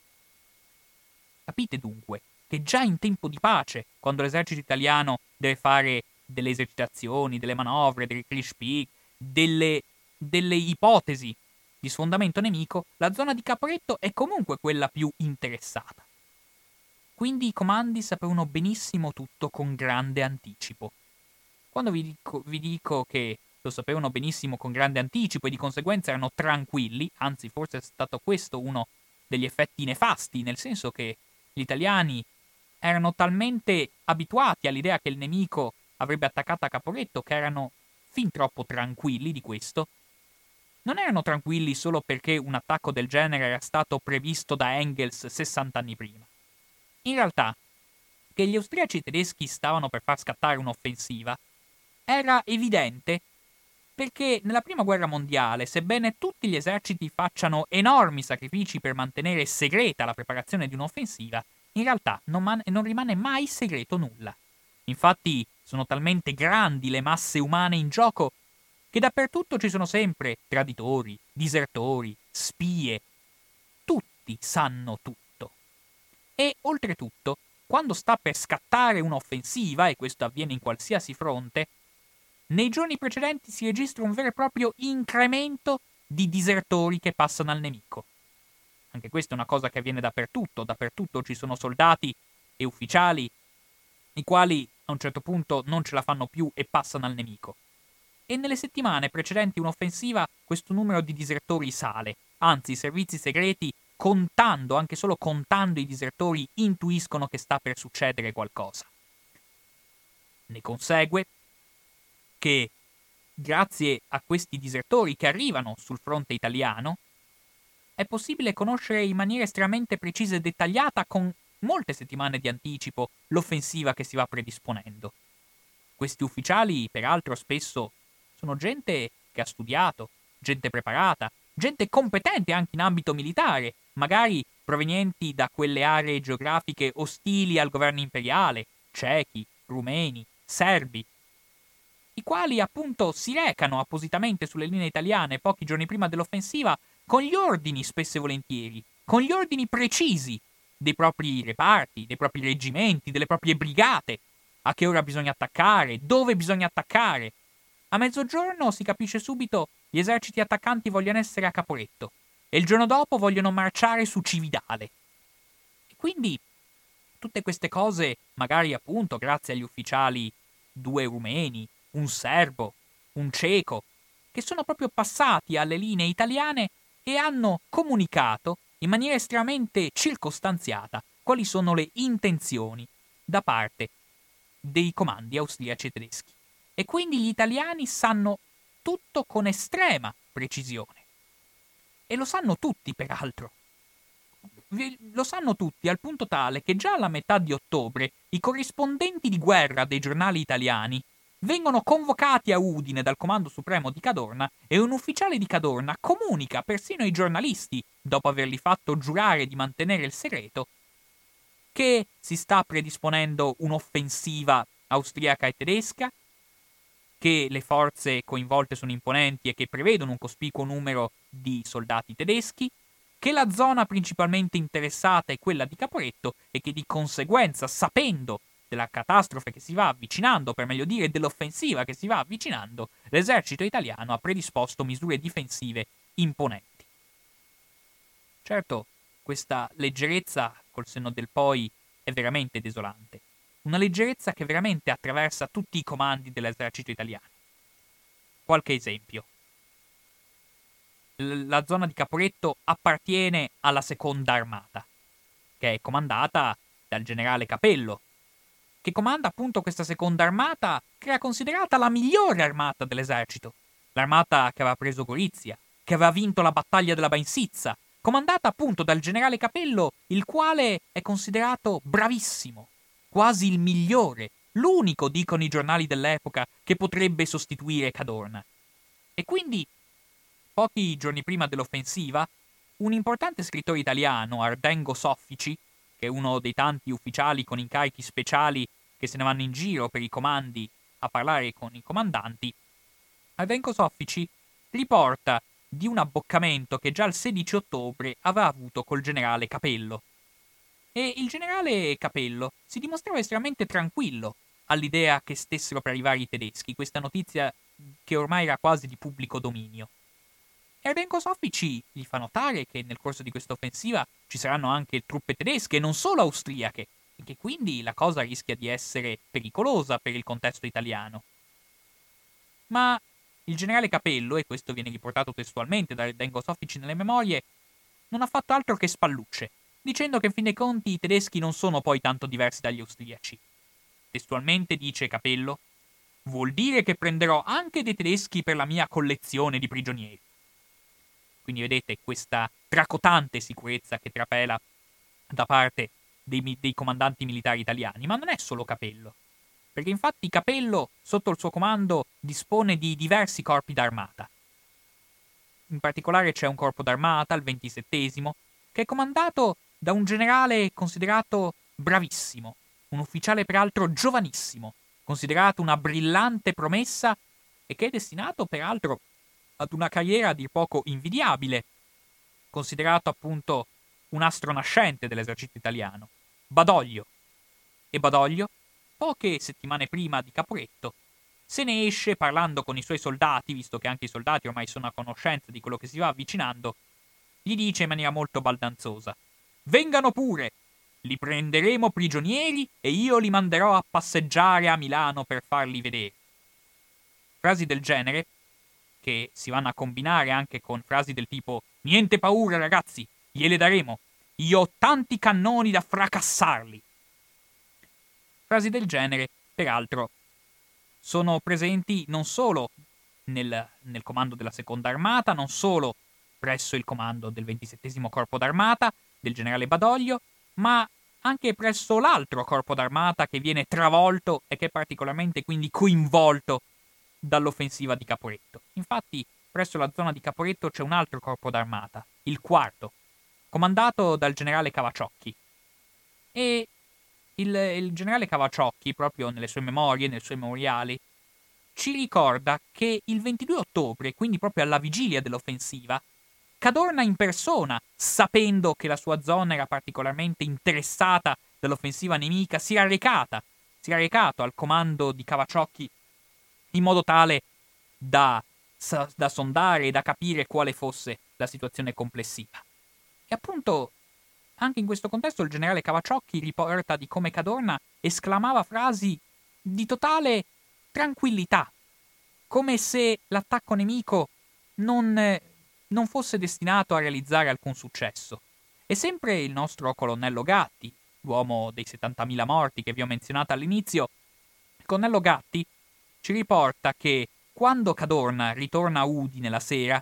Capite dunque che già in tempo di pace, quando l'esercito italiano deve fare delle esercitazioni, delle manovre, dei Kriegspiel, delle ipotesi di sfondamento nemico, la zona di Caporetto è comunque quella più interessata. Quindi i comandi sapevano benissimo tutto con grande anticipo. Quando vi dico che lo sapevano benissimo con grande anticipo e di conseguenza erano tranquilli, anzi forse è stato questo uno degli effetti nefasti, nel senso che gli italiani erano talmente abituati all'idea che il nemico avrebbe attaccato a Caporetto che erano fin troppo tranquilli di questo. Non erano tranquilli solo perché un attacco del genere era stato previsto da Engels 60 anni prima. In realtà, che gli austriaci e i tedeschi stavano per far scattare un'offensiva era evidente perché nella prima guerra mondiale, sebbene tutti gli eserciti facciano enormi sacrifici per mantenere segreta la preparazione di un'offensiva, in realtà non rimane mai segreto nulla. Infatti sono talmente grandi le masse umane in gioco che dappertutto ci sono sempre traditori, disertori, spie. Tutti sanno tutto. E oltretutto, quando sta per scattare un'offensiva, e questo avviene in qualsiasi fronte, nei giorni precedenti si registra un vero e proprio incremento di disertori che passano al nemico. Anche questa è una cosa che avviene dappertutto ci sono soldati e ufficiali i quali a un certo punto non ce la fanno più e passano al nemico. e nelle settimane precedenti un'offensiva questo numero di disertori sale. Anzi, i servizi segreti, contando, anche solo contando i disertori, intuiscono che sta per succedere qualcosa. Ne consegue che, grazie a questi disertori che arrivano sul fronte italiano, è possibile conoscere in maniera estremamente precisa e dettagliata, con molte settimane di anticipo, l'offensiva che si va predisponendo. Questi ufficiali, peraltro, spesso sono gente che ha studiato, gente preparata, gente competente anche in ambito militare, magari provenienti da quelle aree geografiche ostili al governo imperiale, cechi, rumeni, serbi, i quali appunto si recano appositamente sulle linee italiane pochi giorni prima dell'offensiva con gli ordini, spesso e volentieri, con gli ordini precisi dei propri reparti, dei propri reggimenti, delle proprie brigate, a che ora bisogna attaccare, dove bisogna attaccare. A mezzogiorno si capisce subito gli eserciti attaccanti vogliono essere a Caporetto e il giorno dopo vogliono marciare su Cividale. E quindi tutte queste cose, magari appunto grazie agli ufficiali, 2 rumeni, un serbo, un ceco, che sono proprio passati alle linee italiane e hanno comunicato in maniera estremamente circostanziata quali sono le intenzioni da parte dei comandi austriaci e tedeschi. E quindi gli italiani sanno tutto con estrema precisione. E lo sanno tutti, peraltro. Lo sanno tutti al punto tale che già alla metà di ottobre i corrispondenti di guerra dei giornali italiani vengono convocati a Udine dal Comando Supremo di Cadorna e un ufficiale di Cadorna comunica persino ai giornalisti, dopo averli fatto giurare di mantenere il segreto, che si sta predisponendo un'offensiva austriaca e tedesca, che le forze coinvolte sono imponenti e che prevedono un cospicuo numero di soldati tedeschi, che la zona principalmente interessata è quella di Caporetto e che di conseguenza, sapendo della catastrofe che si va avvicinando, per meglio dire dell'offensiva che si va avvicinando, l'esercito italiano ha predisposto misure difensive imponenti. Certo, questa leggerezza, col senno del poi, è veramente desolante. Una leggerezza che veramente attraversa tutti i comandi dell'esercito italiano. Qualche esempio. La zona di Caporetto appartiene alla seconda armata, che è comandata dal generale Capello, che comanda appunto questa seconda armata, che era considerata la migliore armata dell'esercito, l'armata che aveva preso Gorizia, che aveva vinto la battaglia della Bansizza, comandata appunto dal generale Capello, il quale è considerato bravissimo, quasi il migliore, l'unico, dicono i giornali dell'epoca, che potrebbe sostituire Cadorna. E quindi, pochi giorni prima dell'offensiva, un importante scrittore italiano, Ardengo Soffici, che è uno dei tanti ufficiali con incarichi speciali che se ne vanno in giro per i comandi a parlare con i comandanti, Ardengo Soffici riporta di un abboccamento che già il 16 ottobre aveva avuto col generale Capello. E il generale Capello si dimostrava estremamente tranquillo all'idea che stessero per arrivare i tedeschi, questa notizia che ormai era quasi di pubblico dominio. E Ardengo Soffici gli fa notare che nel corso di questa offensiva ci saranno anche truppe tedesche e non solo austriache, e che quindi la cosa rischia di essere pericolosa per il contesto italiano. Ma il generale Capello, e questo viene riportato testualmente da Ardengo Soffici nelle memorie, non ha fatto altro che spallucce, dicendo che in fin dei conti i tedeschi non sono poi tanto diversi dagli austriaci. Testualmente dice Capello: «Vuol dire che prenderò anche dei tedeschi per la mia collezione di prigionieri». Quindi vedete questa tracotante sicurezza che trapela da parte dei comandanti militari italiani. Ma non è solo Capello, perché infatti Capello, sotto il suo comando, dispone di diversi corpi d'armata. In particolare c'è un corpo d'armata, il 27°, che è comandato da un generale considerato bravissimo, un ufficiale peraltro giovanissimo, considerato una brillante promessa e che è destinato peraltro ad una carriera a dir poco invidiabile, considerato appunto un astro nascente dell'esercito italiano, Badoglio. E Badoglio, poche settimane prima di Caporetto, se ne esce parlando con i suoi soldati, visto che anche i soldati ormai sono a conoscenza di quello che si va avvicinando, gli dice in maniera molto baldanzosa: «Vengano pure! Li prenderemo prigionieri e io li manderò a passeggiare a Milano per farli vedere». frasi del genere, che si vanno a combinare anche con frasi del tipo «Niente paura, ragazzi, gliele daremo. Io ho tanti cannoni da fracassarli». Frasi del genere, peraltro, sono presenti non solo nel comando della Seconda Armata, non solo presso il comando del 27° Corpo d'Armata, del generale Badoglio, ma anche presso l'altro corpo d'armata che viene travolto e che è particolarmente quindi coinvolto dall'offensiva di Caporetto. Infatti, presso la zona di Caporetto c'è un altro corpo d'armata, il quarto, comandato dal generale Cavaciocchi. E il generale Cavaciocchi, proprio nelle sue memorie, nei suoi memoriali, ci ricorda che il 22 ottobre, quindi proprio alla vigilia dell'offensiva, Cadorna in persona, sapendo che la sua zona era particolarmente interessata dall'offensiva nemica, si era recato al comando di Cavaciocchi in modo tale da sondare e da capire quale fosse la situazione complessiva. E appunto, anche in questo contesto, il generale Cavaciocchi riporta di come Cadorna esclamava frasi di totale tranquillità, come se l'attacco nemico non fosse destinato a realizzare alcun successo. E sempre il nostro colonnello Gatti, l'uomo dei 70.000 morti che vi ho menzionato all'inizio, il colonnello Gatti ci riporta che quando Cadorna ritorna a Udine la sera,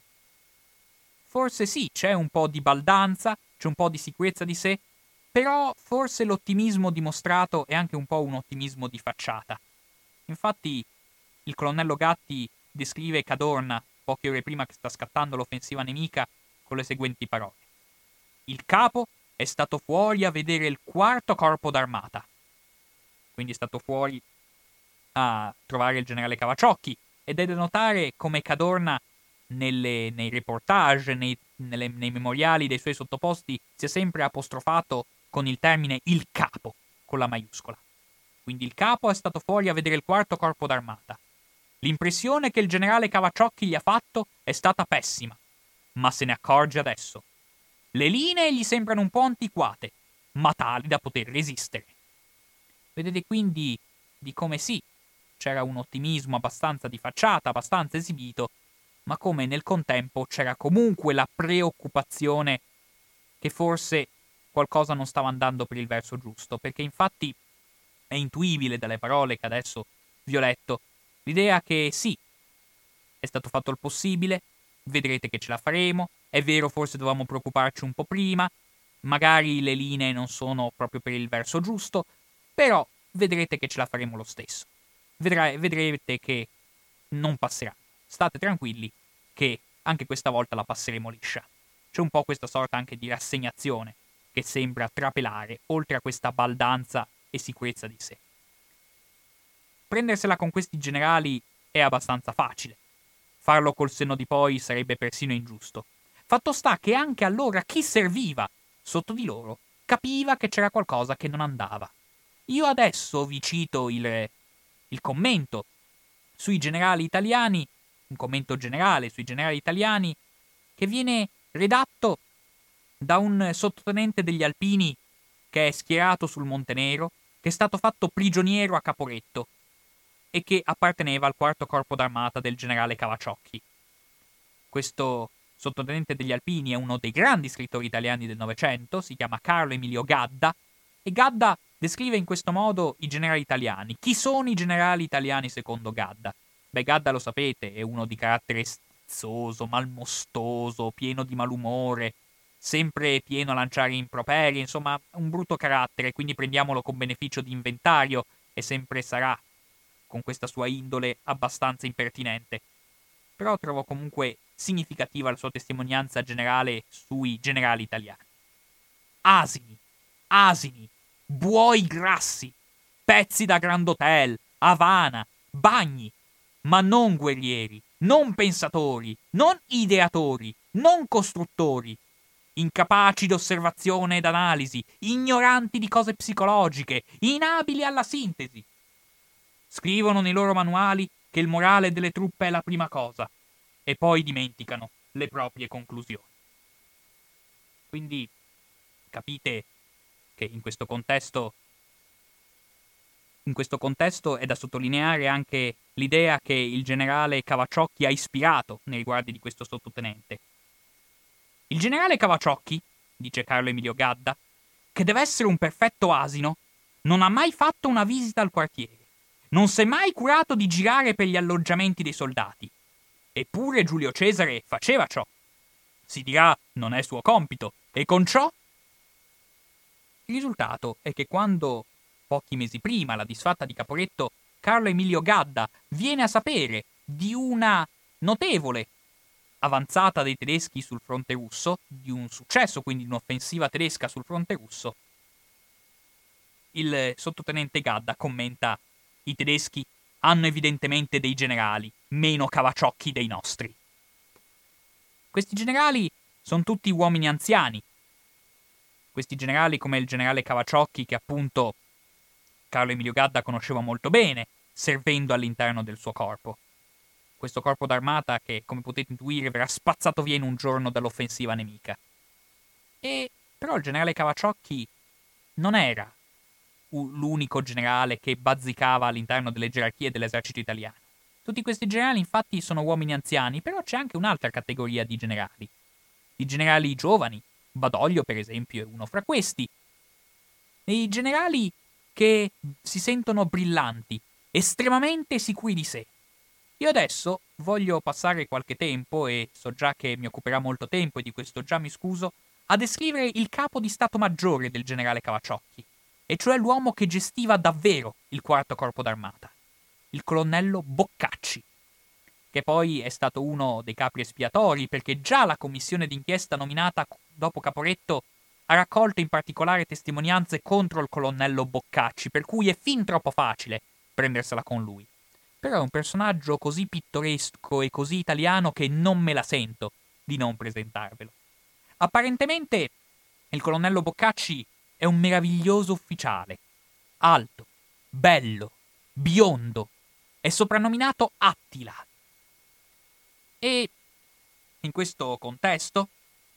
forse sì, c'è un po' di baldanza, c'è un po' di sicurezza di sé, però forse l'ottimismo dimostrato è anche un po' un ottimismo di facciata. Infatti, il colonnello Gatti descrive Cadorna, poche ore prima che sta scattando l'offensiva nemica, con le seguenti parole. Il capo è stato fuori a vedere il quarto corpo d'armata. Quindi è stato fuori a trovare il generale Cavaciocchi, ed è da notare come Cadorna nei reportage, nei memoriali dei suoi sottoposti, sia sempre apostrofato con il termine il capo, con la maiuscola. Quindi il capo è stato fuori a vedere il quarto corpo d'armata. L'impressione che il generale Cavaciocchi gli ha fatto è stata pessima, ma se ne accorge adesso. Le linee gli sembrano un po' antiquate, ma tali da poter resistere. Vedete quindi di come sì, c'era un ottimismo abbastanza di facciata, abbastanza esibito, ma come nel contempo c'era comunque la preoccupazione che forse qualcosa non stava andando per il verso giusto, perché infatti è intuibile dalle parole che adesso vi ho letto l'idea che sì, è stato fatto il possibile, vedrete che ce la faremo, è vero forse dovevamo preoccuparci un po' prima, magari le linee non sono proprio per il verso giusto, però vedrete che ce la faremo lo stesso. Vedrete che non passerà. State tranquilli che anche questa volta la passeremo liscia. C'è un po' questa sorta anche di rassegnazione che sembra trapelare oltre a questa baldanza e sicurezza di sé. Prendersela con questi generali è abbastanza facile. Farlo col senno di poi sarebbe persino ingiusto. Fatto sta che anche allora chi serviva sotto di loro capiva che c'era qualcosa che non andava. Io adesso vi cito il commento sui generali italiani, un commento generale sui generali italiani, che viene redatto da un sottotenente degli Alpini che è schierato sul Monte Nero, che è stato fatto prigioniero a Caporetto e che apparteneva al quarto corpo d'armata del generale Cavaciocchi. Questo sottotenente degli Alpini è uno dei grandi scrittori italiani del Novecento, si chiama Carlo Emilio Gadda, e Gadda descrive in questo modo i generali italiani. Chi sono i generali italiani secondo Gadda? Beh, Gadda lo sapete, è uno di carattere stizzoso, malmostoso, pieno di malumore, sempre pieno a lanciare improperi, insomma, un brutto carattere, quindi prendiamolo con beneficio di inventario e sempre sarà, con questa sua indole, abbastanza impertinente. Però trovo comunque significativa la sua testimonianza generale sui generali italiani. Asini, asini, buoi grassi, pezzi da Grand Hotel, Havana, bagni, ma non guerrieri, non pensatori, non ideatori, non costruttori, incapaci d'osservazione ed analisi, ignoranti di cose psicologiche, inabili alla sintesi. Scrivono nei loro manuali che il morale delle truppe è la prima cosa e poi dimenticano le proprie conclusioni. Quindi capite che in questo contesto In questo contesto è da sottolineare anche l'idea che il generale Cavaciocchi ha ispirato nei riguardi di questo sottotenente. Il generale Cavaciocchi, dice Carlo Emilio Gadda, che deve essere un perfetto asino, non ha mai fatto una visita al quartiere. Non si è mai curato di girare per gli alloggiamenti dei soldati. Eppure Giulio Cesare faceva ciò. Si dirà, non è suo compito, e con ciò? Il risultato è che quando, pochi mesi prima, la disfatta di Caporetto, Carlo Emilio Gadda viene a sapere di una notevole avanzata dei tedeschi sul fronte russo, di un successo, quindi di un'offensiva tedesca sul fronte russo, il sottotenente Gadda commenta: i tedeschi hanno evidentemente dei generali, meno Cavaciocchi dei nostri. Questi generali sono tutti uomini anziani. Questi generali, come il generale Cavaciocchi, che appunto Carlo Emilio Gadda conosceva molto bene, servendo all'interno del suo corpo. Questo corpo d'armata che, come potete intuire, verrà spazzato via in un giorno dall'offensiva nemica. E però il generale Cavaciocchi non era l'unico generale che bazzicava all'interno delle gerarchie dell'esercito italiano. Tutti questi generali infatti sono uomini anziani, però c'è anche un'altra categoria di generali. I generali giovani, Badoglio per esempio è uno fra questi. E i generali che si sentono brillanti, estremamente sicuri di sé. Io adesso voglio passare qualche tempo, e so già che mi occuperà molto tempo e di questo già mi scuso, a descrivere il capo di Stato Maggiore del generale Cavaciocchi, e cioè l'uomo che gestiva davvero il quarto corpo d'armata, il colonnello Boccacci, che poi è stato uno dei capri espiatori perché già la commissione d'inchiesta nominata dopo Caporetto ha raccolto in particolare testimonianze contro il colonnello Boccacci, per cui è fin troppo facile prendersela con lui. Però è un personaggio così pittoresco e così italiano che non me la sento di non presentarvelo. Apparentemente il colonnello Boccacci è un meraviglioso ufficiale, alto, bello, biondo, è soprannominato Attila. E in questo contesto,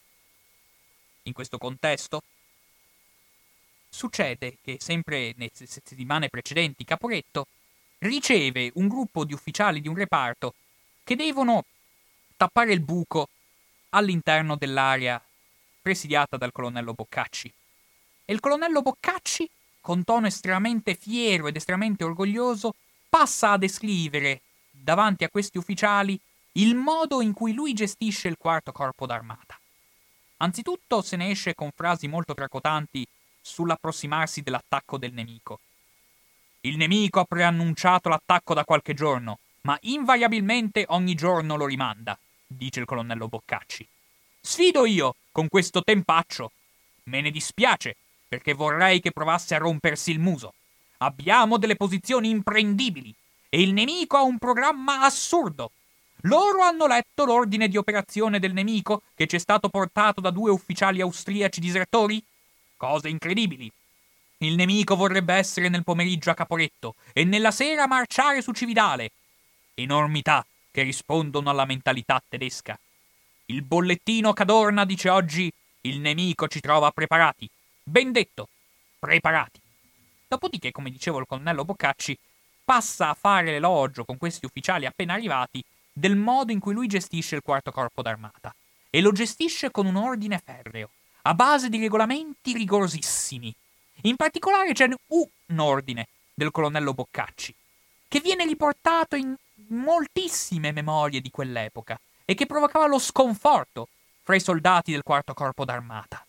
succede che sempre nelle settimane precedenti Caporetto riceve un gruppo di ufficiali di un reparto che devono tappare il buco all'interno dell'area presidiata dal colonnello Boccacci. E il colonnello Boccacci, con tono estremamente fiero ed estremamente orgoglioso, passa a descrivere davanti a questi ufficiali il modo in cui lui gestisce il quarto corpo d'armata. Anzitutto se ne esce con frasi molto tracotanti sull'approssimarsi dell'attacco del nemico. Il nemico ha preannunciato l'attacco da qualche giorno, ma invariabilmente ogni giorno lo rimanda, dice il colonnello Boccacci. Sfido io con questo tempaccio. Me ne dispiace, perché vorrei che provasse a rompersi il muso. Abbiamo delle posizioni imprendibili e il nemico ha un programma assurdo. Loro hanno letto l'ordine di operazione del nemico che ci è stato portato da 2 ufficiali austriaci disertori? Cose incredibili. Il nemico vorrebbe essere nel pomeriggio a Caporetto e nella sera marciare su Cividale. Enormità che rispondono alla mentalità tedesca. Il bollettino Cadorna dice oggi: il nemico ci trova preparati. Ben detto, preparati. Dopodiché, come dicevo il colonnello Boccacci, passa a fare l'elogio con questi ufficiali appena arrivati del modo in cui lui gestisce il quarto corpo d'armata. E lo gestisce con un ordine ferreo, a base di regolamenti rigorosissimi. In particolare c'è un ordine del colonnello Boccacci, che viene riportato in moltissime memorie di quell'epoca e che provocava lo sconforto fra i soldati del quarto corpo d'armata.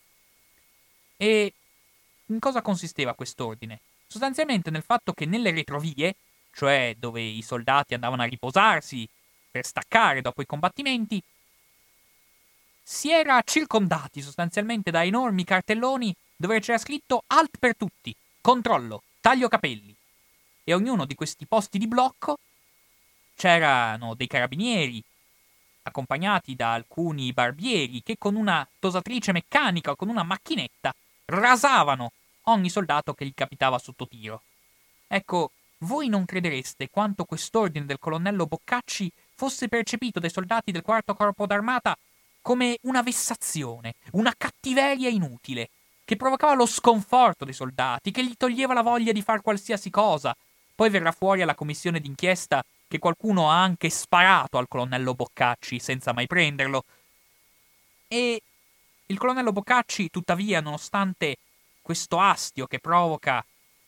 E in cosa consisteva quest'ordine? Sostanzialmente nel fatto che nelle retrovie, cioè dove i soldati andavano a riposarsi per staccare dopo i combattimenti, si era circondati sostanzialmente da enormi cartelloni dove c'era scritto Alt per tutti, controllo, taglio capelli. E ognuno di questi posti di blocco c'erano dei carabinieri, accompagnati da alcuni barbieri che con una tosatrice meccanica o con una macchinetta rasavano ogni soldato che gli capitava sotto tiro. Ecco, voi non credereste quanto quest'ordine del colonnello Boccacci fosse percepito dai soldati del quarto corpo d'armata come una vessazione, una cattiveria inutile, che provocava lo sconforto dei soldati, che gli toglieva la voglia di far qualsiasi cosa, Poi verrà fuori alla commissione d'inchiesta che qualcuno ha anche sparato al colonnello Boccacci senza mai prenderlo. E il colonnello Boccacci, tuttavia, nonostante questo astio che provoca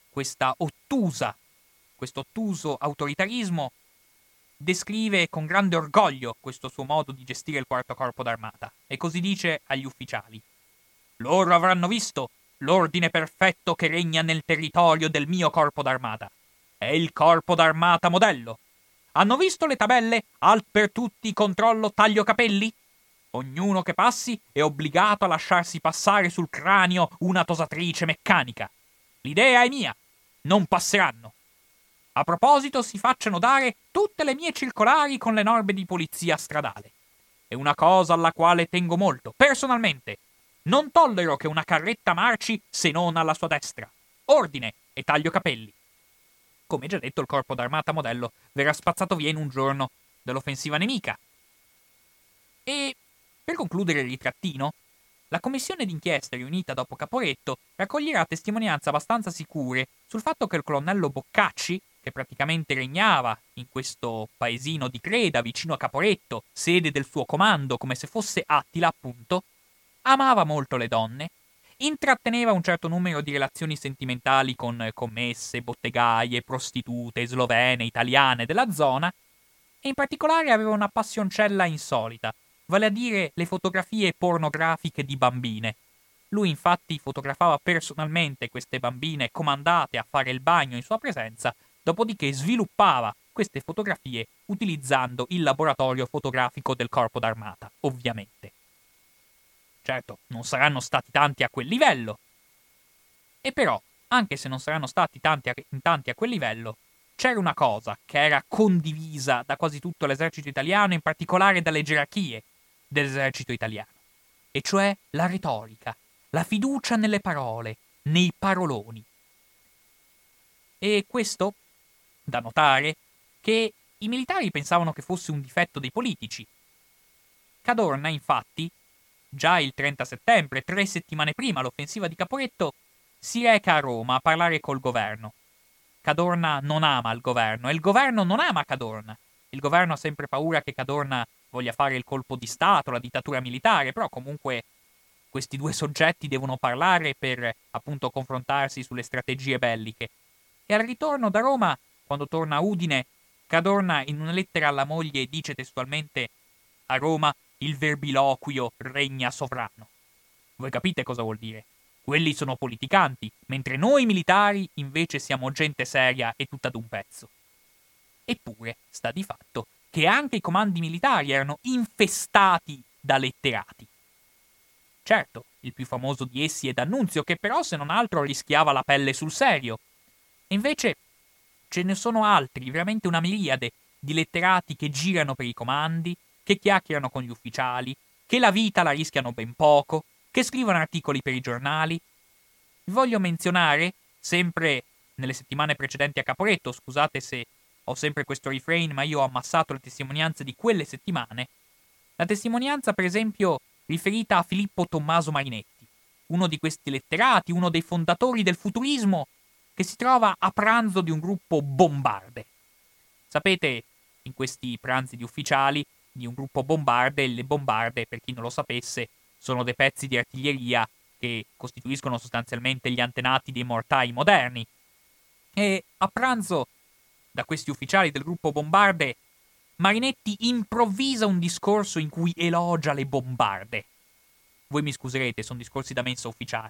questo ottuso autoritarismo, descrive con grande orgoglio questo suo modo di gestire il quarto corpo d'armata e così dice agli ufficiali: loro avranno visto l'ordine perfetto che regna nel territorio del mio corpo d'armata. È il corpo d'armata modello. Hanno visto le tabelle alt per tutti, controllo, taglio capelli? Ognuno che passi è obbligato a lasciarsi passare sul cranio una tosatrice meccanica. L'idea è mia. Non passeranno. A proposito, si facciano dare tutte le mie circolari con le norme di polizia stradale. È una cosa alla quale tengo molto, personalmente. Non tollero che una carretta marci se non alla sua destra. Ordine e taglio capelli. Come già detto, il corpo d'armata modello verrà spazzato via in un giorno dall'offensiva nemica. E, per concludere il ritrattino, la commissione d'inchiesta riunita dopo Caporetto raccoglierà testimonianze abbastanza sicure sul fatto che il colonnello Boccacci, che praticamente regnava in questo paesino di Creda vicino a Caporetto, sede del suo comando come se fosse Attila appunto, amava molto le donne, intratteneva un certo numero di relazioni sentimentali con commesse, bottegaie, prostitute, slovene, italiane della zona, e in particolare aveva una passioncella insolita, vale a dire le fotografie pornografiche di bambine. Lui infatti fotografava personalmente queste bambine comandate a fare il bagno in sua presenza, dopodiché sviluppava queste fotografie utilizzando il laboratorio fotografico del corpo d'armata, ovviamente. Certo, non saranno stati tanti a quel livello. E però, anche se non saranno stati tanti a quel livello, c'era una cosa che era condivisa da quasi tutto l'esercito italiano, in particolare dalle gerarchie dell'esercito italiano, e cioè la retorica, la fiducia nelle parole, nei paroloni. E questo, da notare, che i militari pensavano che fosse un difetto dei politici. Cadorna, infatti, già il 30 settembre, 3 settimane prima l'offensiva di Caporetto, si reca a Roma a parlare col governo. Cadorna non ama il governo e il governo non ama Cadorna. Il governo ha sempre paura che Cadorna voglia fare il colpo di Stato, la dittatura militare, però comunque questi due soggetti devono parlare per appunto confrontarsi sulle strategie belliche. E al ritorno da Roma, quando torna a Udine, Cadorna in una lettera alla moglie dice testualmente: a Roma il verbiloquio regna sovrano. Voi capite cosa vuol dire? Quelli sono politicanti, mentre noi militari invece siamo gente seria e tutta d'un pezzo. Eppure sta di fatto che anche i comandi militari erano infestati da letterati. Certo, il più famoso di essi è D'Annunzio, che però se non altro rischiava la pelle sul serio. E invece ce ne sono altri, veramente una miriade, di letterati che girano per i comandi, che chiacchierano con gli ufficiali, che la vita la rischiano ben poco, che scrivono articoli per i giornali. Vi voglio menzionare, sempre nelle settimane precedenti a Caporetto, scusate se ho sempre questo refrain, ma io ho ammassato le testimonianze di quelle settimane, la testimonianza per esempio riferita a Filippo Tommaso Marinetti, uno di questi letterati, uno dei fondatori del futurismo, che si trova a pranzo di un gruppo bombarde. Sapete, in questi pranzi di ufficiali di un gruppo bombarde, le bombarde, per chi non lo sapesse, sono dei pezzi di artiglieria che costituiscono sostanzialmente gli antenati dei mortai moderni. E a pranzo, da questi ufficiali del gruppo bombarde, Marinetti improvvisa un discorso in cui elogia le bombarde. Voi mi scuserete, sono discorsi da mensa ufficiale.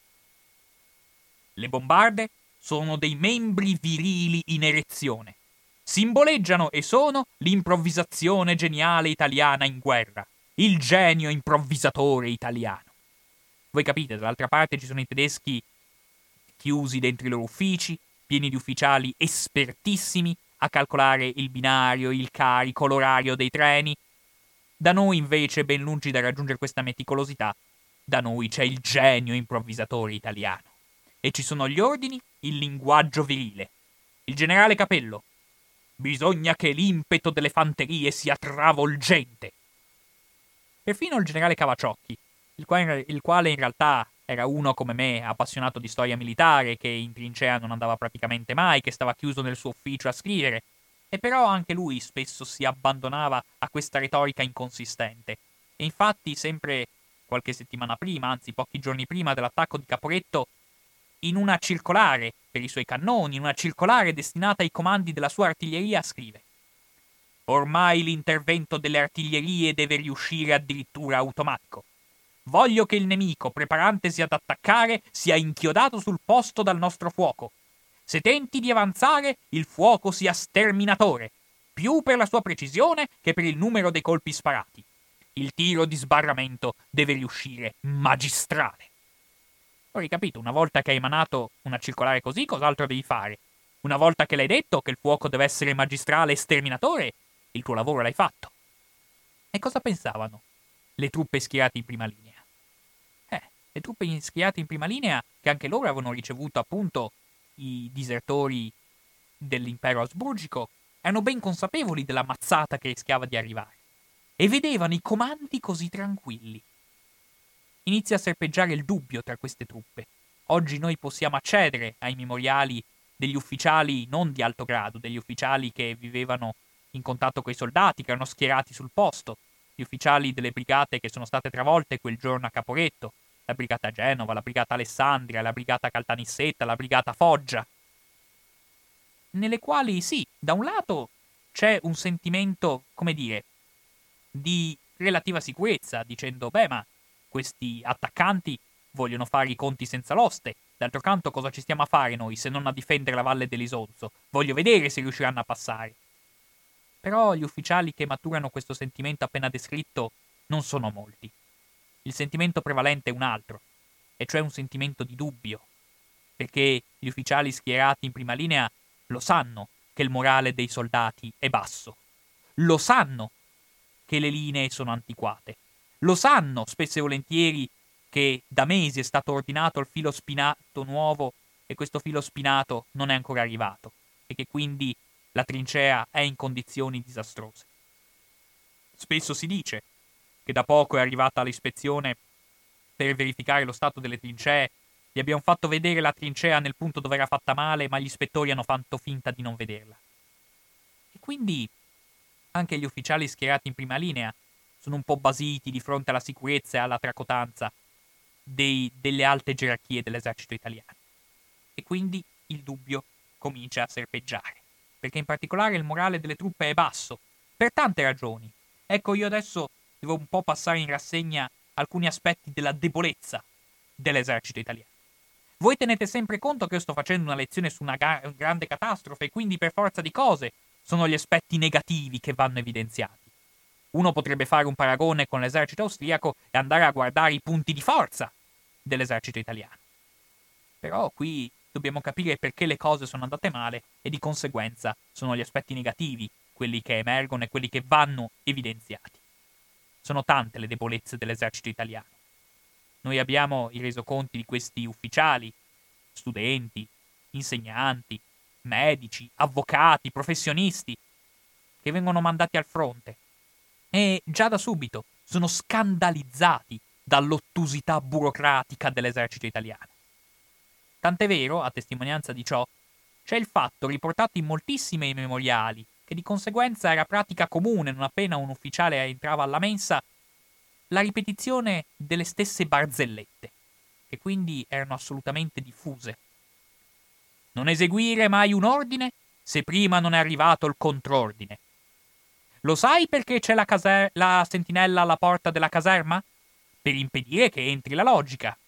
Le bombarde sono dei membri virili in erezione. Simboleggiano e sono l'improvvisazione geniale italiana in guerra, il genio improvvisatore italiano. Voi capite, dall'altra parte ci sono i tedeschi chiusi dentro i loro uffici, pieni di ufficiali espertissimi a calcolare il binario, il carico, l'orario dei treni. Da noi invece, ben lungi da raggiungere questa meticolosità, da noi c'è il genio improvvisatore italiano. E ci sono gli ordini, il linguaggio virile. Il generale Capello: bisogna che l'impeto delle fanterie sia travolgente. Perfino il generale Cavaciocchi, il quale in realtà Era uno come me, appassionato di storia militare, che in trincea non andava praticamente mai, che stava chiuso nel suo ufficio a scrivere. E però anche lui spesso si abbandonava a questa retorica inconsistente. E infatti, sempre qualche settimana prima, anzi pochi giorni prima dell'attacco di Caporetto, in una circolare per i suoi cannoni, in una circolare destinata ai comandi della sua artiglieria, scrive: Ormai l'intervento delle artiglierie deve riuscire addirittura automatico. Voglio che il nemico, preparantesi ad attaccare, sia inchiodato sul posto dal nostro fuoco. Se tenti di avanzare, il fuoco sia sterminatore, più per la sua precisione che per il numero dei colpi sparati. Il tiro di sbarramento deve riuscire magistrale. Ora, capito, una volta che hai emanato una circolare così, cos'altro devi fare? Una volta che l'hai detto che il fuoco deve essere magistrale e sterminatore, il tuo lavoro l'hai fatto. E cosa pensavano le truppe schierate in prima linea? Le truppe schierate in prima linea, che anche loro avevano ricevuto appunto i disertori dell'impero asburgico, erano ben consapevoli della mazzata che rischiava di arrivare e vedevano i comandi così tranquilli. Inizia a serpeggiare il dubbio tra queste truppe. Oggi noi possiamo accedere ai memoriali degli ufficiali non di alto grado, degli ufficiali che vivevano in contatto con i soldati, che erano schierati sul posto, gli ufficiali delle brigate che sono state travolte quel giorno a Caporetto, la brigata Genova, la brigata Alessandria, la brigata Caltanissetta, la brigata Foggia, nelle quali sì, da un lato c'è un sentimento, come dire, di relativa sicurezza, dicendo, beh, ma questi attaccanti vogliono fare i conti senza l'oste. D'altro canto, cosa ci stiamo a fare noi se non a difendere la valle dell'Isonzo? Voglio vedere se riusciranno a passare. Però gli ufficiali che maturano questo sentimento appena descritto non sono molti. Il sentimento prevalente è un altro, e cioè un sentimento di dubbio, perché gli ufficiali schierati in prima linea lo sanno che il morale dei soldati è basso, lo sanno che le linee sono antiquate, lo sanno spesso e volentieri che da mesi è stato ordinato il filo spinato nuovo e questo filo spinato non è ancora arrivato e che quindi la trincea è in condizioni disastrose. Spesso si dice che da poco è arrivata l'ispezione per verificare lo stato delle trincee. Gli abbiamo fatto vedere la trincea nel punto dove era fatta male, ma gli ispettori hanno fatto finta di non vederla. E quindi anche gli ufficiali schierati in prima linea sono un po' basiti di fronte alla sicurezza e alla tracotanza delle alte gerarchie dell'esercito italiano. E quindi il dubbio comincia a serpeggiare, perché in particolare il morale delle truppe è basso, per tante ragioni. Ecco, io adesso devo un po' passare in rassegna alcuni aspetti della debolezza dell'esercito italiano. Voi tenete sempre conto che io sto facendo una lezione su una grande catastrofe e quindi per forza di cose sono gli aspetti negativi che vanno evidenziati. Uno potrebbe fare un paragone con l'esercito austriaco e andare a guardare i punti di forza dell'esercito italiano. Però qui dobbiamo capire perché le cose sono andate male e di conseguenza sono gli aspetti negativi quelli che emergono e quelli che vanno evidenziati. Sono tante le debolezze dell'esercito italiano. Noi abbiamo i resoconti di questi ufficiali, studenti, insegnanti, medici, avvocati, professionisti, che vengono mandati al fronte e già da subito sono scandalizzati dall'ottusità burocratica dell'esercito italiano. Tant'è vero, a testimonianza di ciò, c'è il fatto riportato in moltissimi memoriali, che di conseguenza era pratica comune non appena un ufficiale entrava alla mensa, la ripetizione delle stesse barzellette, che quindi erano assolutamente diffuse. Non eseguire mai un ordine se prima non è arrivato il contrordine. Lo sai perché c'è la sentinella alla porta della caserma? Per impedire che entri la logica.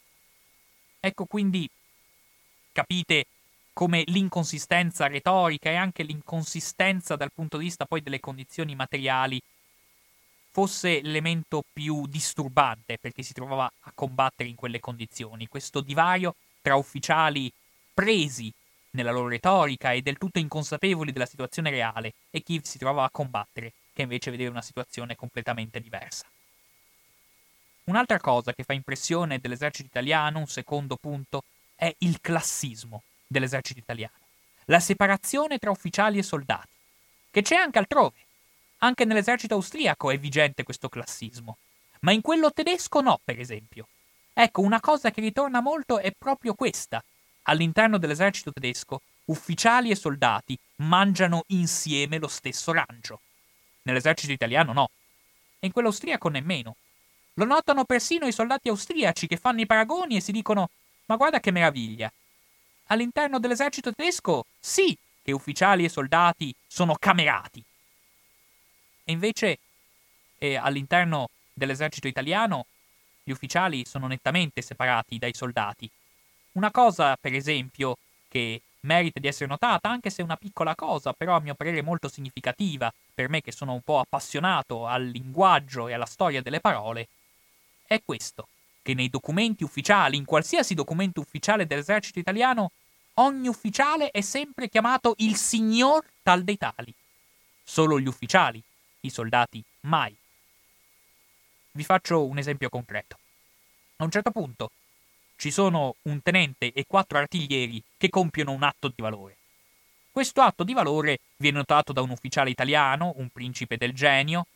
Ecco quindi, capite come l'inconsistenza retorica e anche l'inconsistenza dal punto di vista poi delle condizioni materiali fosse l'elemento più disturbante per chi si trovava a combattere in quelle condizioni. Questo divario tra ufficiali presi nella loro retorica e del tutto inconsapevoli della situazione reale e chi si trovava a combattere, che invece vedeva una situazione completamente diversa. Un'altra cosa che fa impressione dell'esercito italiano, un secondo punto, è il classismo dell'esercito italiano. La separazione tra ufficiali e soldati, che c'è anche altrove. Anche nell'esercito austriaco è vigente questo classismo, ma in quello tedesco no, per esempio. Ecco, una cosa che ritorna molto è proprio questa. All'interno dell'esercito tedesco, ufficiali e soldati mangiano insieme lo stesso rancio. Nell'esercito italiano no. E in quello austriaco nemmeno. Lo notano persino i soldati austriaci che fanno i paragoni e si dicono: ma guarda che meraviglia. All'interno dell'esercito tedesco sì che ufficiali e soldati sono camerati. E invece all'interno dell'esercito italiano gli ufficiali sono nettamente separati dai soldati. Una cosa, per esempio, che merita di essere notata, anche se è una piccola cosa, però a mio parere molto significativa, per me che sono un po' appassionato al linguaggio e alla storia delle parole, è questo, che nei documenti ufficiali, in qualsiasi documento ufficiale dell'esercito italiano, ogni ufficiale è sempre chiamato il signor tal dei tali. Solo gli ufficiali, i soldati mai. Vi faccio un esempio concreto. A un certo punto ci sono un tenente e 4 artiglieri che compiono un atto di valore. Questo atto di valore viene notato da un ufficiale italiano, un principe del genio,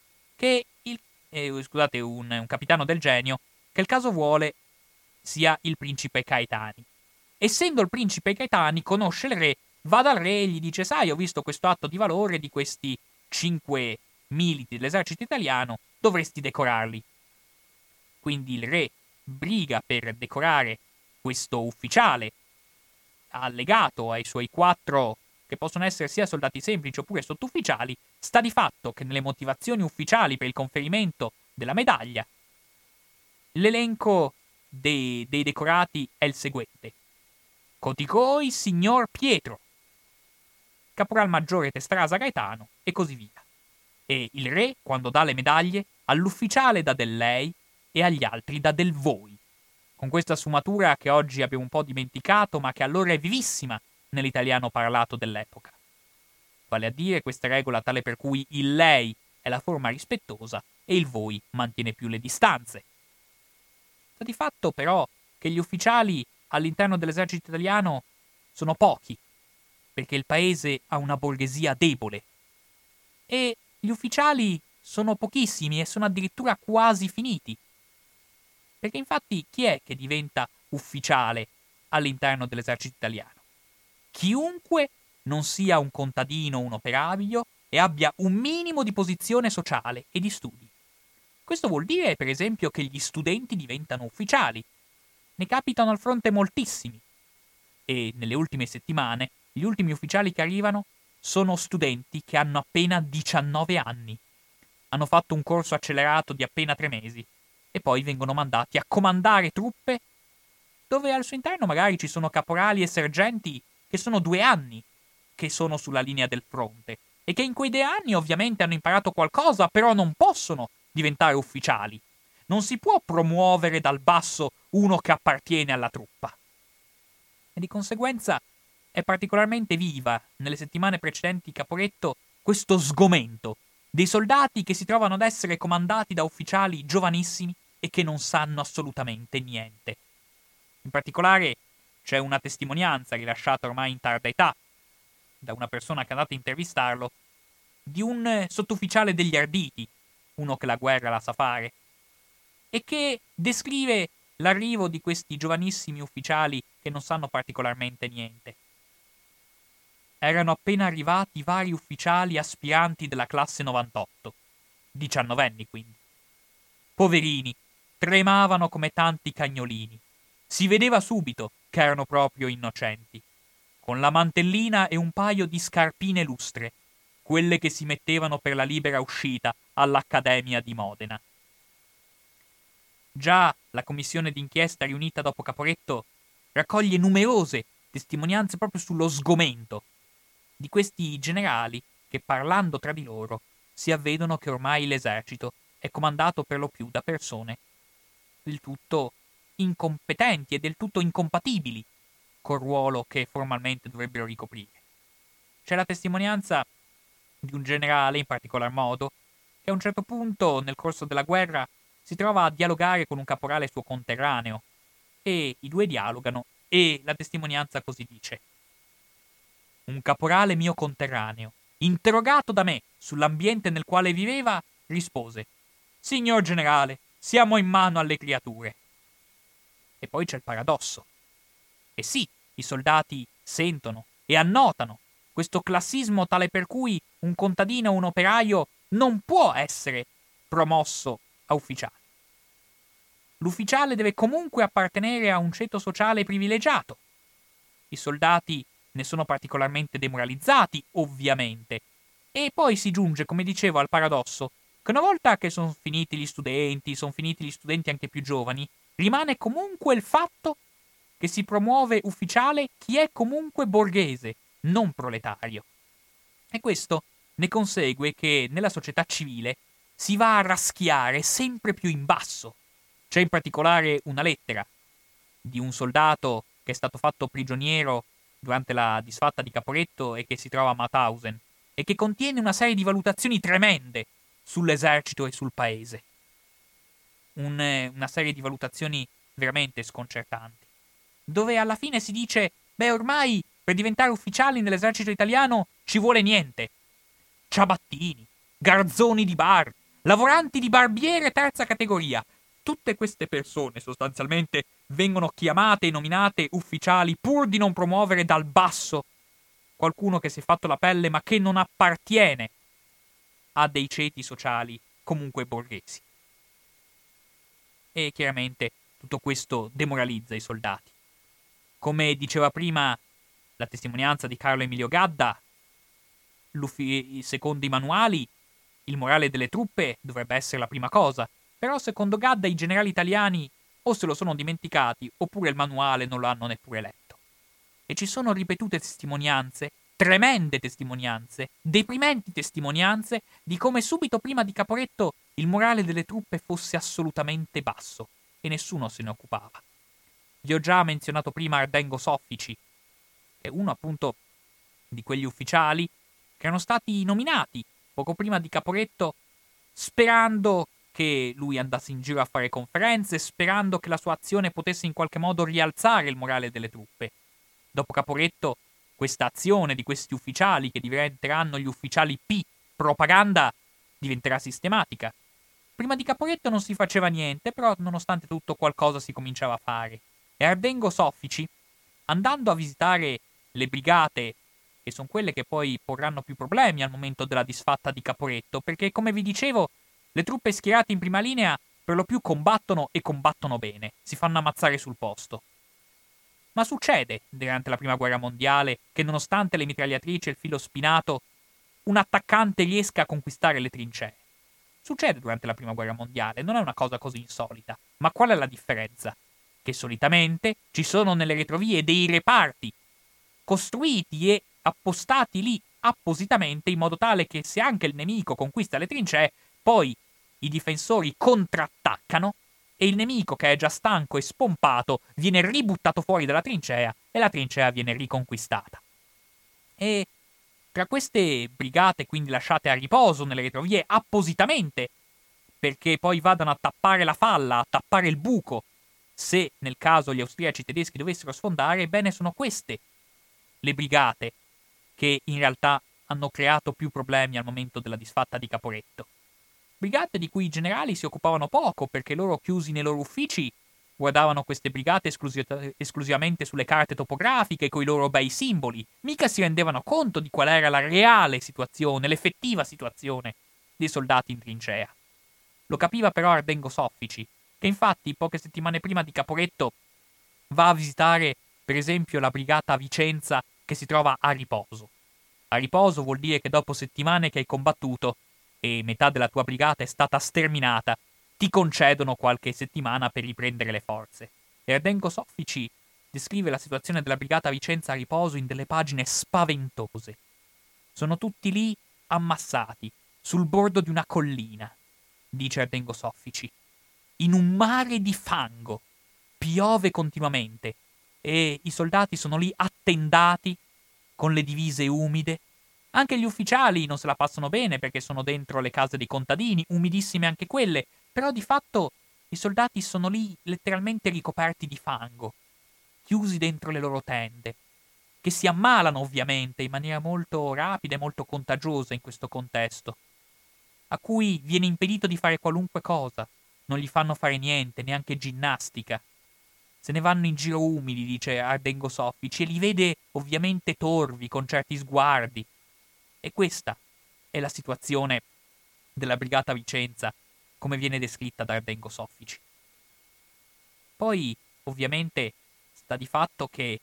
un capitano del genio, che il caso vuole sia il principe Caetani. Essendo il principe Caetani, conosce il re, va dal re e gli dice: sai, ho visto questo atto di valore di questi 5 militi dell'esercito italiano, dovresti decorarli. Quindi il re briga per decorare questo ufficiale allegato ai suoi 4, che possono essere sia soldati semplici oppure sottufficiali. Sta di fatto che nelle motivazioni ufficiali per il conferimento della medaglia l'elenco dei decorati è il seguente: Coticoi signor Pietro, caporal maggiore Testrasa Gaetano e così via. E il re, quando dà le medaglie, all'ufficiale dà del lei e agli altri dà del voi, con questa sfumatura che oggi abbiamo un po' dimenticato, ma che allora è vivissima nell'italiano parlato dell'epoca. Vale a dire questa regola tale per cui il lei è la forma rispettosa e il voi mantiene più le distanze. Sta di fatto però che gli ufficiali all'interno dell'esercito italiano sono pochi, perché il paese ha una borghesia debole. E gli ufficiali sono pochissimi e sono addirittura quasi finiti. Perché infatti chi è che diventa ufficiale all'interno dell'esercito italiano? Chiunque non sia un contadino o un operaio e abbia un minimo di posizione sociale e di studi. Questo vuol dire, per esempio, che gli studenti diventano ufficiali. Ne capitano al fronte moltissimi. E nelle ultime settimane, gli ultimi ufficiali che arrivano sono studenti che hanno appena 19 anni. Hanno fatto un corso accelerato di appena 3 mesi e poi vengono mandati a comandare truppe dove al suo interno magari ci sono caporali e sergenti che sono 2 anni che sono sulla linea del fronte e che in quei 2 anni ovviamente hanno imparato qualcosa, però non possono diventare ufficiali. Non si può promuovere dal basso uno che appartiene alla truppa. E di conseguenza è particolarmente viva nelle settimane precedenti Caporetto questo sgomento dei soldati che si trovano ad essere comandati da ufficiali giovanissimi e che non sanno assolutamente niente. In particolare c'è una testimonianza rilasciata ormai in tarda età da una persona che è andata a intervistarlo di un sottufficiale degli Arditi, uno che la guerra la sa fare, e che descrive l'arrivo di questi giovanissimi ufficiali che non sanno particolarmente niente. Erano appena arrivati vari ufficiali aspiranti della classe 98, 19enni quindi. Poverini, tremavano come tanti cagnolini. Si vedeva subito che erano proprio innocenti, con la mantellina e un paio di scarpine lustre, quelle che si mettevano per la libera uscita all'Accademia di Modena. Già la commissione d'inchiesta riunita dopo Caporetto raccoglie numerose testimonianze proprio sullo sgomento di questi generali che, parlando tra di loro, si avvedono che ormai l'esercito è comandato per lo più da persone del tutto incompetenti e del tutto incompatibili col ruolo che formalmente dovrebbero ricoprire. C'è la testimonianza di un generale, in particolar modo, che a un certo punto, nel corso della guerra, si trova a dialogare con un caporale suo conterraneo, e i due dialogano, e la testimonianza così dice: un caporale mio conterraneo, interrogato da me sull'ambiente nel quale viveva, rispose: Signor generale, siamo in mano alle creature. E poi c'è il paradosso. E sì, i soldati sentono e annotano questo classismo tale per cui un contadino o un operaio non può essere promosso a ufficiale. L'ufficiale deve comunque appartenere a un ceto sociale privilegiato. I soldati ne sono particolarmente demoralizzati, ovviamente. E poi si giunge, come dicevo, al paradosso che una volta che sono finiti gli studenti anche più giovani, rimane comunque il fatto che si promuove ufficiale chi è comunque borghese, non proletario. E questo ne consegue che nella società civile si va a raschiare sempre più in basso. C'è in particolare una lettera di un soldato che è stato fatto prigioniero durante la disfatta di Caporetto e che si trova a Mauthausen e che contiene una serie di valutazioni tremende sull'esercito e sul paese. Una serie di valutazioni veramente sconcertanti, dove alla fine si dice: beh, ormai per diventare ufficiali nell'esercito italiano ci vuole niente. Ciabattini, garzoni di bar, lavoranti di barbiere terza categoria. Tutte queste persone sostanzialmente vengono chiamate e nominate ufficiali pur di non promuovere dal basso qualcuno che si è fatto la pelle ma che non appartiene a dei ceti sociali comunque borghesi. E chiaramente tutto questo demoralizza i soldati. Come diceva prima la testimonianza di Carlo Emilio Gadda, secondo i manuali, il morale delle truppe dovrebbe essere la prima cosa, però secondo Gadda i generali italiani o se lo sono dimenticati oppure il manuale non lo hanno neppure letto. E ci sono ripetute testimonianze, tremende testimonianze, deprimenti testimonianze di come subito prima di Caporetto il morale delle truppe fosse assolutamente basso e nessuno se ne occupava. Vi ho già menzionato prima Ardengo Soffici, che è uno appunto di quegli ufficiali che erano stati nominati poco prima di Caporetto sperando che lui andasse in giro a fare conferenze, sperando che la sua azione potesse in qualche modo rialzare il morale delle truppe. Dopo Caporetto, questa azione di questi ufficiali, che diventeranno gli ufficiali P, propaganda, diventerà sistematica. Prima di Caporetto non si faceva niente, però nonostante tutto qualcosa si cominciava a fare. E Ardengo Soffici, andando a visitare le brigate, che sono quelle che poi porranno più problemi al momento della disfatta di Caporetto, perché come vi dicevo, le truppe schierate in prima linea per lo più combattono e combattono bene, si fanno ammazzare sul posto. Ma succede, durante la Prima Guerra Mondiale, che nonostante le mitragliatrici e il filo spinato, un attaccante riesca a conquistare le trincee. Succede durante la Prima Guerra Mondiale, non è una cosa così insolita. Ma qual è la differenza? Che solitamente ci sono nelle retrovie dei reparti costruiti e appostati lì appositamente in modo tale che se anche il nemico conquista le trincee, poi i difensori contrattaccano e il nemico che è già stanco e spompato viene ributtato fuori dalla trincea e la trincea viene riconquistata. E tra queste brigate quindi lasciate a riposo nelle retrovie appositamente perché poi vadano a tappare la falla, a tappare il buco, se nel caso gli austriaci tedeschi dovessero sfondare, ebbene sono queste le brigate che in realtà hanno creato più problemi al momento della disfatta di Caporetto. Brigate di cui i generali si occupavano poco perché loro chiusi nei loro uffici guardavano queste brigate esclusivamente sulle carte topografiche coi loro bei simboli, mica si rendevano conto di qual era la reale situazione, l'effettiva situazione dei soldati in trincea. Lo capiva però Ardengo Soffici, che infatti poche settimane prima di Caporetto va a visitare per esempio la brigata a Vicenza che si trova a riposo. A riposo vuol dire che dopo settimane che hai combattuto e metà della tua brigata è stata sterminata, ti concedono qualche settimana per riprendere le forze. E Ardengo Soffici descrive la situazione della brigata a Vicenza a riposo in delle pagine spaventose. Sono tutti lì ammassati, sul bordo di una collina, dice Ardengo Soffici, in un mare di fango. Piove continuamente e i soldati sono lì attendati con le divise umide. Anche gli ufficiali non se la passano bene perché sono dentro le case dei contadini, umidissime anche quelle, però di fatto i soldati sono lì letteralmente ricoperti di fango, chiusi dentro le loro tende, che si ammalano ovviamente in maniera molto rapida e molto contagiosa in questo contesto, a cui viene impedito di fare qualunque cosa, non gli fanno fare niente, neanche ginnastica. Se ne vanno in giro umili, dice Ardengo Soffici, e li vede ovviamente torvi, con certi sguardi. E questa è la situazione della Brigata Vicenza, come viene descritta da Ardengo Soffici. Poi, ovviamente, sta di fatto che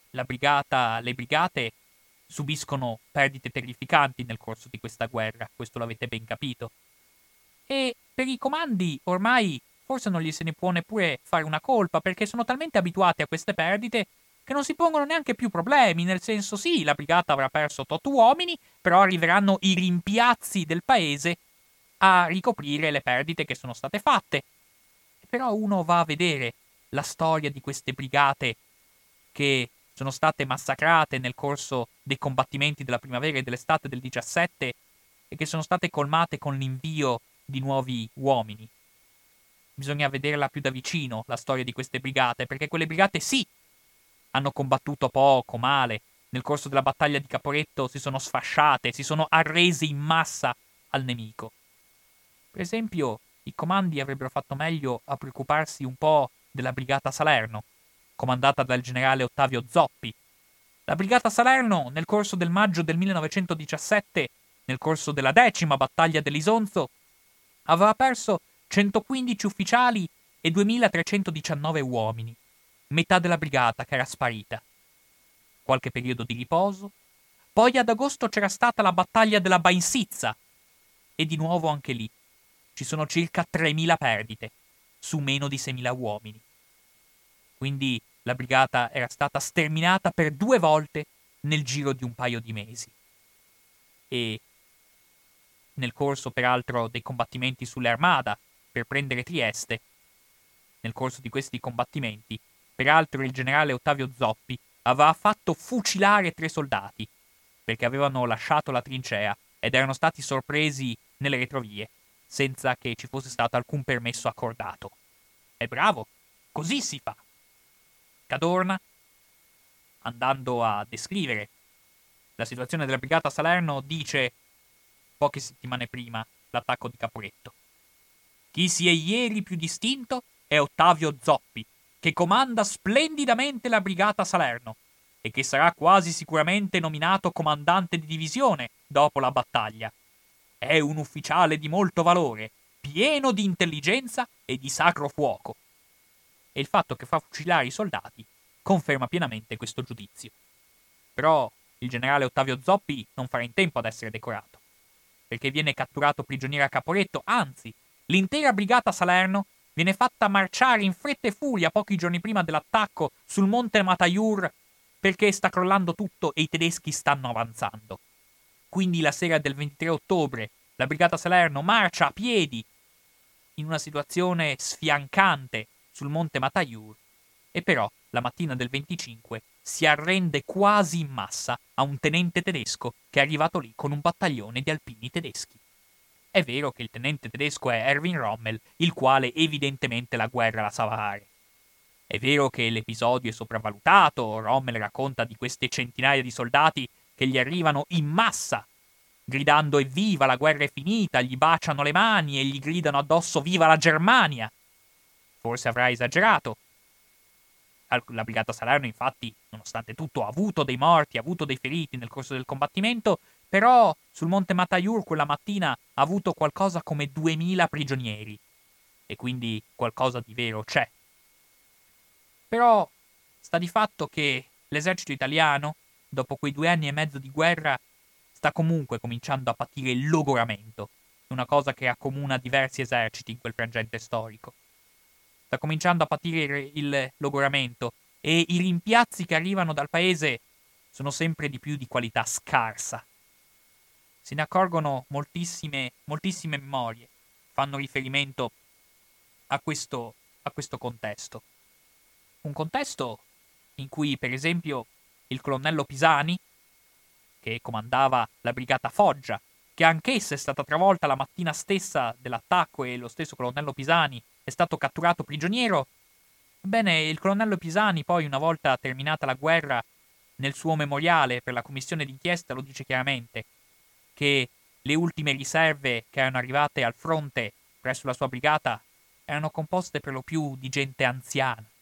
le brigate subiscono perdite terrificanti nel corso di questa guerra, questo l'avete ben capito. E per i comandi ormai forse non gli se ne può neppure fare una colpa, perché sono talmente abituati a queste perdite che non si pongono neanche più problemi, nel senso sì, la brigata avrà perso tot uomini, però arriveranno i rimpiazzi del paese a ricoprire le perdite che sono state fatte. Però uno va a vedere la storia di queste brigate che sono state massacrate nel corso dei combattimenti della primavera e dell'estate del 17 e che sono state colmate con l'invio di nuovi uomini. Bisogna vederla più da vicino, la storia di queste brigate, perché quelle brigate sì, hanno combattuto poco, male. Nel corso della battaglia di Caporetto si sono sfasciate, si sono arrese in massa al nemico. Per esempio, i comandi avrebbero fatto meglio a preoccuparsi un po' della brigata Salerno, comandata dal generale Ottavio Zoppi. La brigata Salerno, nel corso del maggio del 1917, nel corso della 10ª battaglia dell'Isonzo, aveva perso 115 ufficiali e 2319 uomini, metà della brigata che era sparita. Qualche periodo di riposo, poi ad agosto c'era stata la battaglia della Bainsizza, e di nuovo anche lì ci sono circa 3000 perdite, su meno di 6000 uomini. Quindi la brigata era stata sterminata per 2 volte nel giro di un paio di mesi. E nel corso peraltro dei combattimenti sulle Armada per prendere Trieste, nel corso di questi combattimenti, peraltro il generale Ottavio Zoppi aveva fatto fucilare 3 soldati, perché avevano lasciato la trincea ed erano stati sorpresi nelle retrovie, senza che ci fosse stato alcun permesso accordato. E bravo, così si fa. Cadorna, andando a descrivere la situazione della brigata Salerno, dice, poche settimane prima, l'attacco di Caporetto: chi si è ieri più distinto è Ottavio Zoppi, che comanda splendidamente la brigata Salerno e che sarà quasi sicuramente nominato comandante di divisione dopo la battaglia. È un ufficiale di molto valore, pieno di intelligenza e di sacro fuoco. E il fatto che fa fucilare i soldati conferma pienamente questo giudizio. Però il generale Ottavio Zoppi non farà in tempo ad essere decorato, perché viene catturato prigioniero a Caporetto, anzi, l'intera brigata Salerno viene fatta marciare in fretta e furia pochi giorni prima dell'attacco sul monte Mataiur, perché sta crollando tutto e i tedeschi stanno avanzando. Quindi la sera del 23 ottobre la brigata Salerno marcia a piedi in una situazione sfiancante sul monte Mataiur, e però la mattina del 25 si arrende quasi in massa a un tenente tedesco che è arrivato lì con un battaglione di alpini tedeschi. È vero che il tenente tedesco è Erwin Rommel, il quale evidentemente la guerra la sa fare. È vero che l'episodio è sopravvalutato, Rommel racconta di queste centinaia di soldati che gli arrivano in massa, gridando evviva, la guerra è finita, gli baciano le mani e gli gridano addosso viva la Germania. Forse avrà esagerato. La brigata Salerno, infatti, nonostante tutto, ha avuto dei morti, ha avuto dei feriti nel corso del combattimento, però sul monte Mataiur quella mattina ha avuto qualcosa come 2000 prigionieri. E quindi qualcosa di vero c'è. Però sta di fatto che l'esercito italiano, dopo quei 2 anni e mezzo di guerra, sta comunque cominciando a patire il logoramento, una cosa che accomuna diversi eserciti in quel frangente storico. Sta cominciando a patire il logoramento e i rimpiazzi che arrivano dal paese sono sempre di più di qualità scarsa. Se ne accorgono moltissime memorie, fanno riferimento a questo contesto. Un contesto in cui, per esempio, il colonnello Pisani, che comandava la brigata Foggia, che anch'essa è stata travolta la mattina stessa dell'attacco e lo stesso colonnello Pisani è stato catturato prigioniero. Ebbene, il colonnello Pisani poi, una volta terminata la guerra, nel suo memoriale per la commissione d'inchiesta lo dice chiaramente, che le ultime riserve che erano arrivate al fronte presso la sua brigata erano composte per lo più di gente anziana.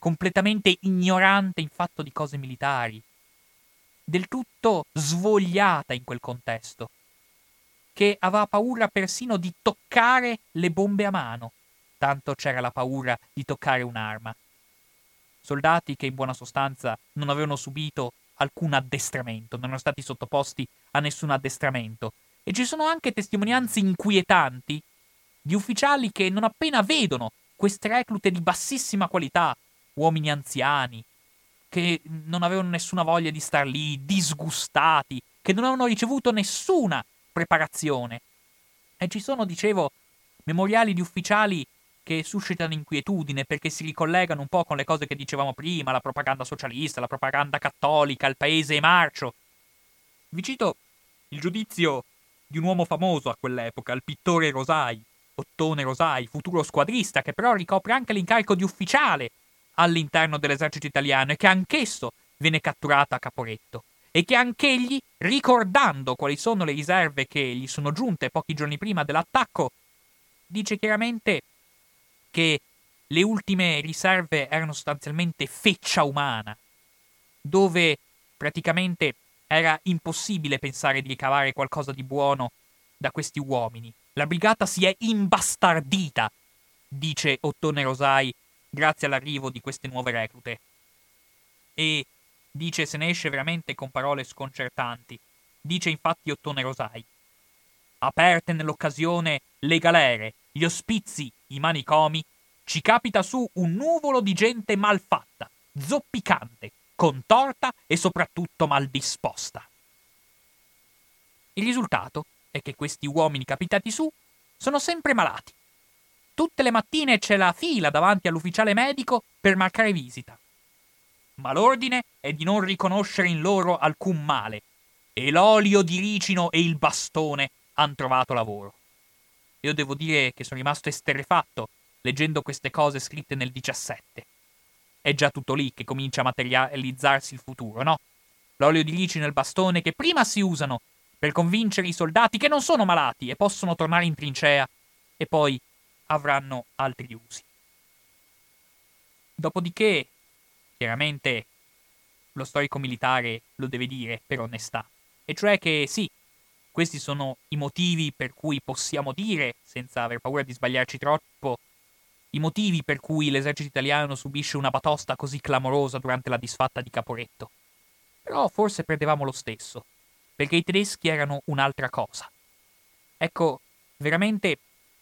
completamente ignorante in fatto di cose militari, del tutto svogliata in quel contesto, che aveva paura persino di toccare le bombe a mano, tanto c'era la paura di toccare un'arma. Soldati che in buona sostanza non avevano subito alcun addestramento, non erano stati sottoposti a nessun addestramento. E ci sono anche testimonianze inquietanti di ufficiali che non appena vedono queste reclute di bassissima qualità, uomini anziani, che non avevano nessuna voglia di star lì, disgustati, che non avevano ricevuto nessuna preparazione. E ci sono, dicevo, memoriali di ufficiali che suscitano inquietudine perché si ricollegano un po' con le cose che dicevamo prima, la propaganda socialista, la propaganda cattolica, il paese marcio. Vi cito il giudizio di un uomo famoso a quell'epoca, il pittore Rosai, Ottone Rosai, futuro squadrista, che però ricopre anche l'incarico di ufficiale all'interno dell'esercito italiano e che anch'esso viene catturato a Caporetto e che anch'egli, ricordando quali sono le riserve che gli sono giunte pochi giorni prima dell'attacco, dice chiaramente che le ultime riserve erano sostanzialmente feccia umana, dove praticamente era impossibile pensare di ricavare qualcosa di buono da questi uomini. La brigata si è imbastardita, dice Ottone Rosai, grazie all'arrivo di queste nuove reclute. E dice, se ne esce veramente con parole sconcertanti. Dice infatti Ottone Rosai: aperte nell'occasione le galere, gli ospizi, i manicomi, ci capita su un nuvolo di gente malfatta, zoppicante, contorta e soprattutto mal disposta. Il risultato è che questi uomini capitati su sono sempre malati. Tutte le mattine c'è la fila davanti all'ufficiale medico per marcare visita. Ma l'ordine è di non riconoscere in loro alcun male, e l'olio di ricino e il bastone han trovato lavoro. Io devo dire che sono rimasto esterrefatto leggendo queste cose scritte nel 17. È già tutto lì che comincia a materializzarsi il futuro, no? L'olio di ricino e il bastone che prima si usano per convincere i soldati che non sono malati e possono tornare in trincea, e poi avranno altri usi. Dopodiché, chiaramente, lo storico militare lo deve dire per onestà, e cioè che sì, questi sono i motivi per cui possiamo dire, senza aver paura di sbagliarci troppo, i motivi per cui l'esercito italiano subisce una batosta così clamorosa durante la disfatta di Caporetto. Però forse perdevamo lo stesso, perché i tedeschi erano un'altra cosa. Ecco, veramente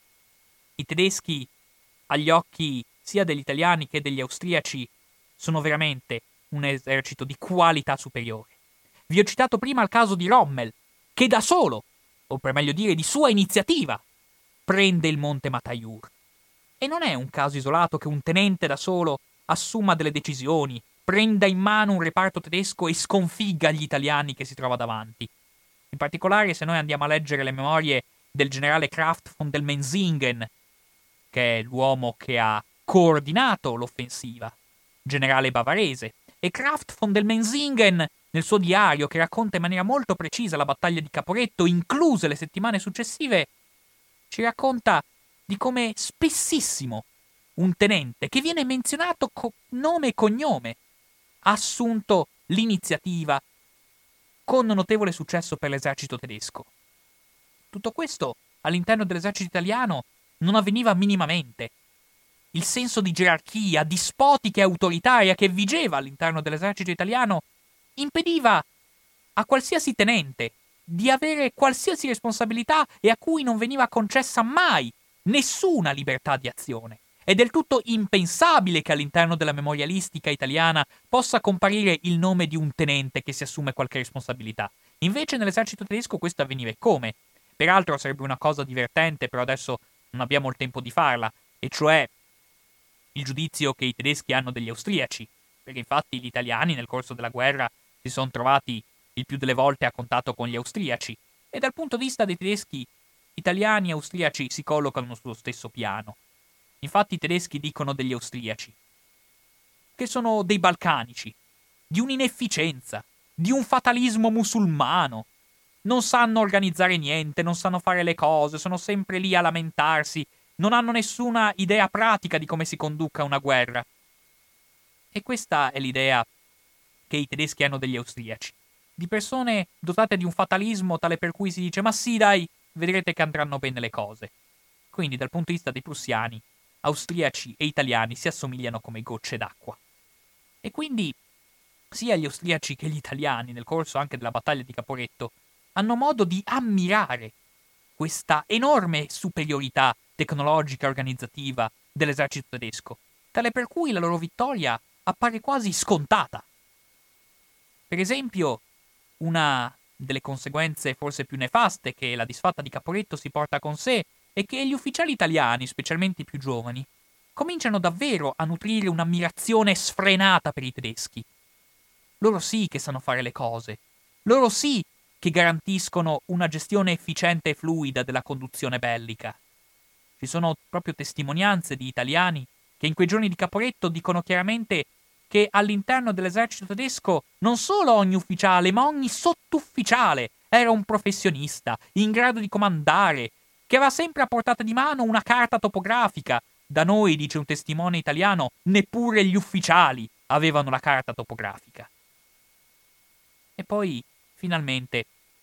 i tedeschi, agli occhi sia degli italiani che degli austriaci, sono veramente un esercito di qualità superiore. Vi ho citato prima il caso di Rommel, che da solo, o per meglio dire di sua iniziativa, prende il monte Mataiur. E non è un caso isolato che un tenente da solo assuma delle decisioni, prenda in mano un reparto tedesco e sconfigga gli italiani che si trova davanti. In particolare, se noi andiamo a leggere le memorie del generale Kraft von der Menzingen, che è l'uomo che ha coordinato l'offensiva, generale bavarese, e Kraft von der Menzingen, nel suo diario, che racconta in maniera molto precisa la battaglia di Caporetto, incluse le settimane successive, ci racconta di come spessissimo un tenente, che viene menzionato con nome e cognome, ha assunto l'iniziativa con notevole successo per l'esercito tedesco. Tutto questo all'interno dell'esercito italiano non avveniva minimamente. Il senso di gerarchia dispotica e autoritaria che vigeva all'interno dell'esercito italiano impediva a qualsiasi tenente di avere qualsiasi responsabilità e a cui non veniva concessa mai nessuna libertà di azione. È del tutto impensabile che all'interno della memorialistica italiana possa comparire il nome di un tenente che si assume qualche responsabilità. Invece nell'esercito tedesco questo avveniva. Come? Peraltro sarebbe una cosa divertente, però adesso non abbiamo il tempo di farla, e cioè il giudizio che i tedeschi hanno degli austriaci, perché infatti gli italiani nel corso della guerra si sono trovati il più delle volte a contatto con gli austriaci, e dal punto di vista dei tedeschi, italiani e austriaci si collocano sullo stesso piano. Infatti i tedeschi dicono degli austriaci che sono dei balcanici, di un'inefficienza, di un fatalismo musulmano. Non sanno organizzare niente, non sanno fare le cose, sono sempre lì a lamentarsi, non hanno nessuna idea pratica di come si conduca una guerra. E questa è l'idea che i tedeschi hanno degli austriaci, di persone dotate di un fatalismo tale per cui si dice ma sì dai, vedrete che andranno bene le cose. Quindi dal punto di vista dei prussiani, austriaci e italiani si assomigliano come gocce d'acqua. E quindi sia gli austriaci che gli italiani, nel corso anche della battaglia di Caporetto, hanno modo di ammirare questa enorme superiorità tecnologica e organizzativa dell'esercito tedesco, tale per cui la loro vittoria appare quasi scontata. Per esempio, una delle conseguenze forse più nefaste che la disfatta di Caporetto si porta con sé è che gli ufficiali italiani, specialmente i più giovani, cominciano davvero a nutrire un'ammirazione sfrenata per i tedeschi. Loro sì che sanno fare le cose. Loro sì che garantiscono una gestione efficiente e fluida della conduzione bellica. Ci sono proprio testimonianze di italiani che in quei giorni di Caporetto dicono chiaramente che all'interno dell'esercito tedesco non solo ogni ufficiale, ma ogni sottufficiale era un professionista, in grado di comandare, che aveva sempre a portata di mano una carta topografica. Da noi, dice un testimone italiano, neppure gli ufficiali avevano la carta topografica. E poi, finalmente,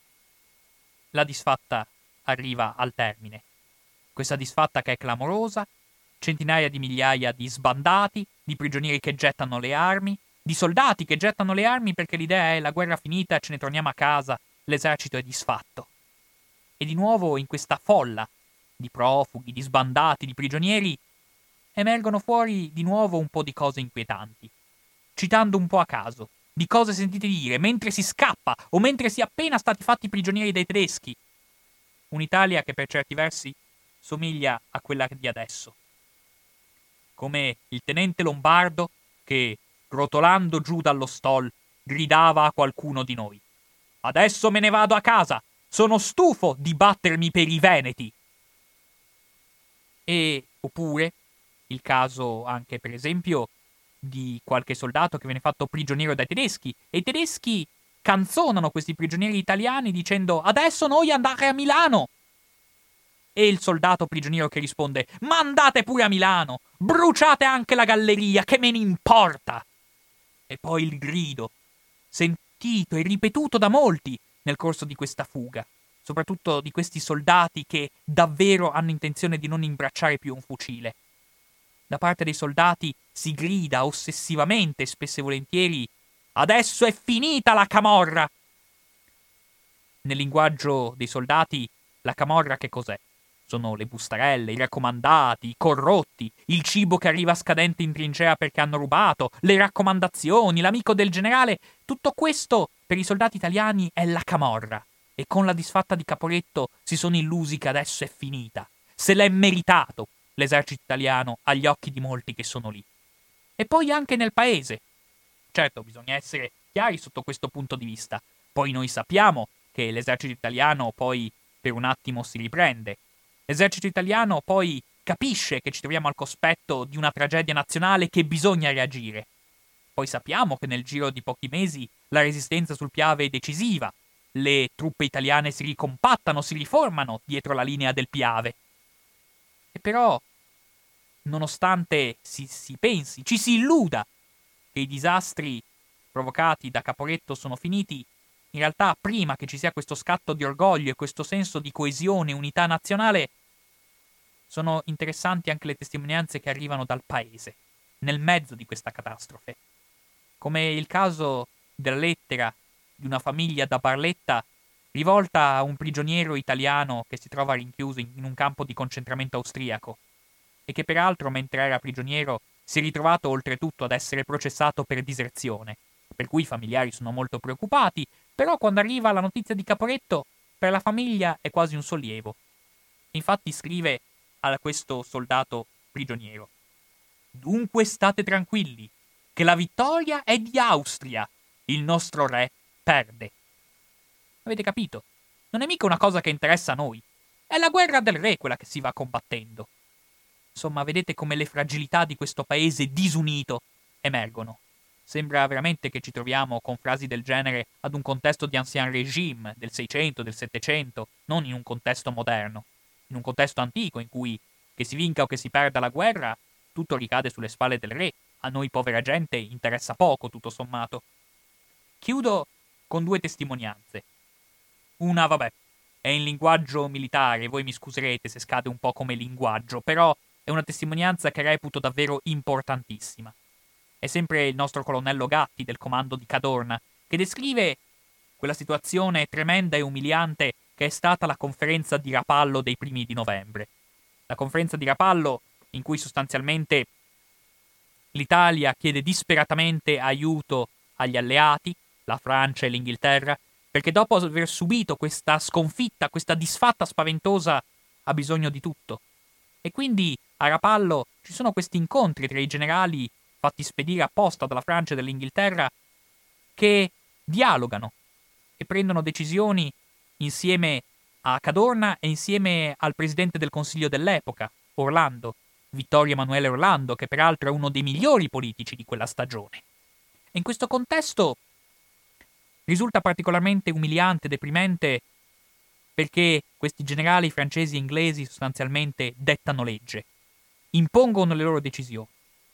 la disfatta arriva al termine. Questa disfatta che è clamorosa, centinaia di migliaia di sbandati, di prigionieri che gettano le armi, di soldati che gettano le armi perché l'idea è la guerra finita, ce ne torniamo a casa, l'esercito è disfatto. E di nuovo in questa folla di profughi, di sbandati, di prigionieri, emergono fuori di nuovo un po' di cose inquietanti. Citando un po' a caso, di cose sentite dire mentre si scappa o mentre si è appena stati fatti prigionieri dai tedeschi. Un'Italia che per certi versi somiglia a quella di adesso. Come il tenente Lombardo che, rotolando giù dallo stol, gridava a qualcuno di noi: «Adesso me ne vado a casa! Sono stufo di battermi per i veneti!» Oppure il caso anche, per esempio, di qualche soldato che viene fatto prigioniero dai tedeschi, e i tedeschi canzonano questi prigionieri italiani dicendo «Adesso noi andate a Milano!» E il soldato prigioniero che risponde «Ma andate pure a Milano! Bruciate anche la galleria, che me ne importa!» E poi il grido, sentito e ripetuto da molti nel corso di questa fuga, soprattutto di questi soldati che davvero hanno intenzione di non imbracciare più un fucile. Da parte dei soldati si grida ossessivamente, spesso e volentieri, «Adesso è finita la camorra!» Nel linguaggio dei soldati, la camorra che cos'è? Sono le bustarelle, i raccomandati, i corrotti, il cibo che arriva scadente in trincea perché hanno rubato, le raccomandazioni, l'amico del generale. Tutto questo per i soldati italiani è la camorra. E con la disfatta di Caporetto si sono illusi che adesso è finita. Se l'è meritato l'esercito italiano agli occhi di molti che sono lì. E poi anche nel paese. Certo, bisogna essere chiari sotto questo punto di vista. Poi noi sappiamo che l'esercito italiano poi per un attimo si riprende. L'esercito italiano poi capisce che ci troviamo al cospetto di una tragedia nazionale che bisogna reagire. Poi sappiamo che nel giro di pochi mesi la resistenza sul Piave è decisiva. Le truppe italiane si ricompattano, si riformano dietro la linea del Piave. E però, nonostante si pensi, ci si illuda che i disastri provocati da Caporetto sono finiti, in realtà prima che ci sia questo scatto di orgoglio e questo senso di coesione e unità nazionale, sono interessanti anche le testimonianze che arrivano dal paese, nel mezzo di questa catastrofe. Come il caso della lettera di una famiglia da Barletta rivolta a un prigioniero italiano che si trova rinchiuso in un campo di concentramento austriaco e che peraltro mentre era prigioniero si è ritrovato oltretutto ad essere processato per diserzione, per cui i familiari sono molto preoccupati, però quando arriva la notizia di Caporetto per la famiglia è quasi un sollievo. Infatti scrive a questo soldato prigioniero: «Dunque state tranquilli, che la vittoria è di Austria, il nostro re perde». Avete capito? Non è mica una cosa che interessa a noi. È la guerra del re quella che si va combattendo. Insomma, vedete come le fragilità di questo paese disunito emergono. Sembra veramente che ci troviamo con frasi del genere ad un contesto di ancien régime, del 600, del 700, non in un contesto moderno. In un contesto antico in cui, che si vinca o che si perda la guerra, tutto ricade sulle spalle del re. a noi povera gente interessa poco, tutto sommato. Chiudo con 2 testimonianze. Una, vabbè, è in linguaggio militare, voi mi scuserete se scade un po' come linguaggio, però è una testimonianza che reputo davvero importantissima. È sempre il nostro colonnello Gatti del comando di Cadorna, che descrive quella situazione tremenda e umiliante che è stata la conferenza di Rapallo dei primi di novembre. La conferenza di Rapallo in cui sostanzialmente l'Italia chiede disperatamente aiuto agli alleati, la Francia e l'Inghilterra, perché dopo aver subito questa sconfitta, questa disfatta spaventosa, ha bisogno di tutto. E quindi a Rapallo ci sono questi incontri tra i generali fatti spedire apposta dalla Francia e dall'Inghilterra che dialogano e prendono decisioni insieme a Cadorna e insieme al presidente del Consiglio dell'epoca, Orlando, Vittorio Emanuele Orlando, che peraltro è uno dei migliori politici di quella stagione. E in questo contesto risulta particolarmente umiliante e deprimente perché questi generali francesi e inglesi sostanzialmente dettano legge, impongono le loro decisioni.